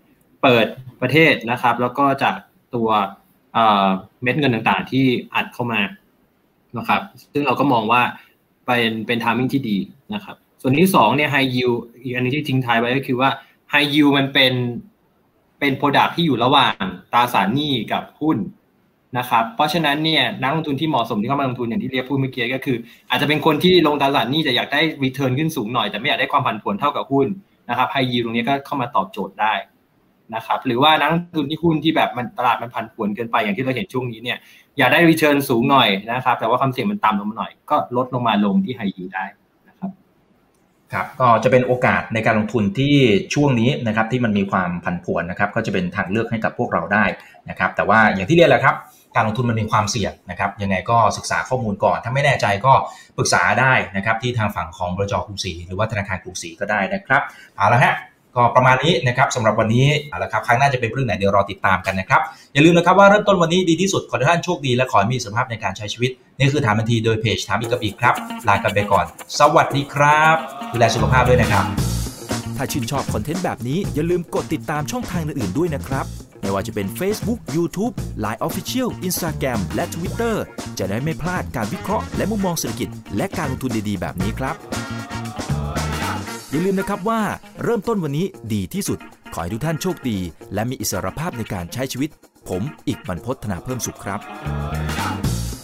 เปิดประเทศนะครับแล้วก็จากตัวเอ่อเม็ดเงินต่างๆที่อัดเข้ามานะครับซึ่งเราก็มองว่าเป็นเป็น timing ที่ดีนะครับส่วนที่สองเนี่ย high yield อีกอันนึงที่ทิ้งท้ายไว้ก็คือว่า high yield มันเป็นเป็น product ที่อยู่ระหว่างตราสารหนี้กับหุ้นนะครับเพราะฉะนั้นเนี่ยนักลงทุนที่เหมาะสมที่เข้ามาลงทุนอย่างที่เรียกพูดเมื่อกี้ก็คืออาจจะเป็นคนที่ลงตราสารหนี้จะอยากได้ return ขึ้นสูงหน่อยแต่ไม่อยากได้ความผันผวนเท่ากับหุ้นนะครับ high yield ตรงนี้ก็เข้ามาตอบโจทย์ได้นะครับหรือว่านักลงทุนที่หุ้นที่แบบมันตลาดมันผันผวนเกินไปอย่างที่เราเห็นช่วงนี้เนี่ยอยากได้ return สูงหน่อยนะครับแต่ว่าความเสี่ยงมันต่ำลงมาหน่อยก็ลดลงมาลงที่ high yield ได้นะครับครับก็จะเป็นโอกาสในการลงทุนที่ช่วงนี้นะครับที่มันมีความผันผวนนะครับก็จะเป็นทางเลือกให้กับพวกเราได้นะครับแต่ว่าอย่างที่เรียนแหละครับการลงทุนมันมีความเสี่ยงนะครับยังไงก็ศึกษาข้อมูลก่อนถ้าไม่แน่ใจก็ปรึกษาได้นะครับที่ทางฝั่งของบลจ.กรุงศรีหรือว่าธนาคารกรุงศรีก็ได้นะครับเอาละฮะก็ประมาณนี้นะครับสำหรับวันนี้เอาละครับครั้งหน้าจะเป็นเรื่องไหนเดี๋ยวรอติดตามกันนะครับอย่าลืมนะครับว่าเริ่มต้นวันนี้ดีที่สุดขอให้ท่านโชคดีและขอให้มีสุขภาพในการใช้ชีวิตนี่คือถามทันทีโดยเพจถามอีกกับอีกครับลากันไปก่อนสวัสดีครับดูแลสุขภาพด้วยนะครับถ้าชื่นชอบคอนเทนต์แบบนี้อย่าลืมกดติดตามช่องทางอื่นๆด้วยนะครับไม่ว่าจะเป็น Facebook, YouTube, ไลน์ Official, Instagram และ Twitter จะได้ไม่พลาดการวิเคราะห์และมุมมองเศรษฐกิจและการลงทุนดีๆแบบนี้ครับอย่าลืมนะครับว่าเริ่มต้นวันนี้ดีที่สุดขอให้ทุกท่านโชคดีและมีอิสรภาพในการใช้ชีวิตผมอีกบรรพต ธนาเพิ่มสุขครับ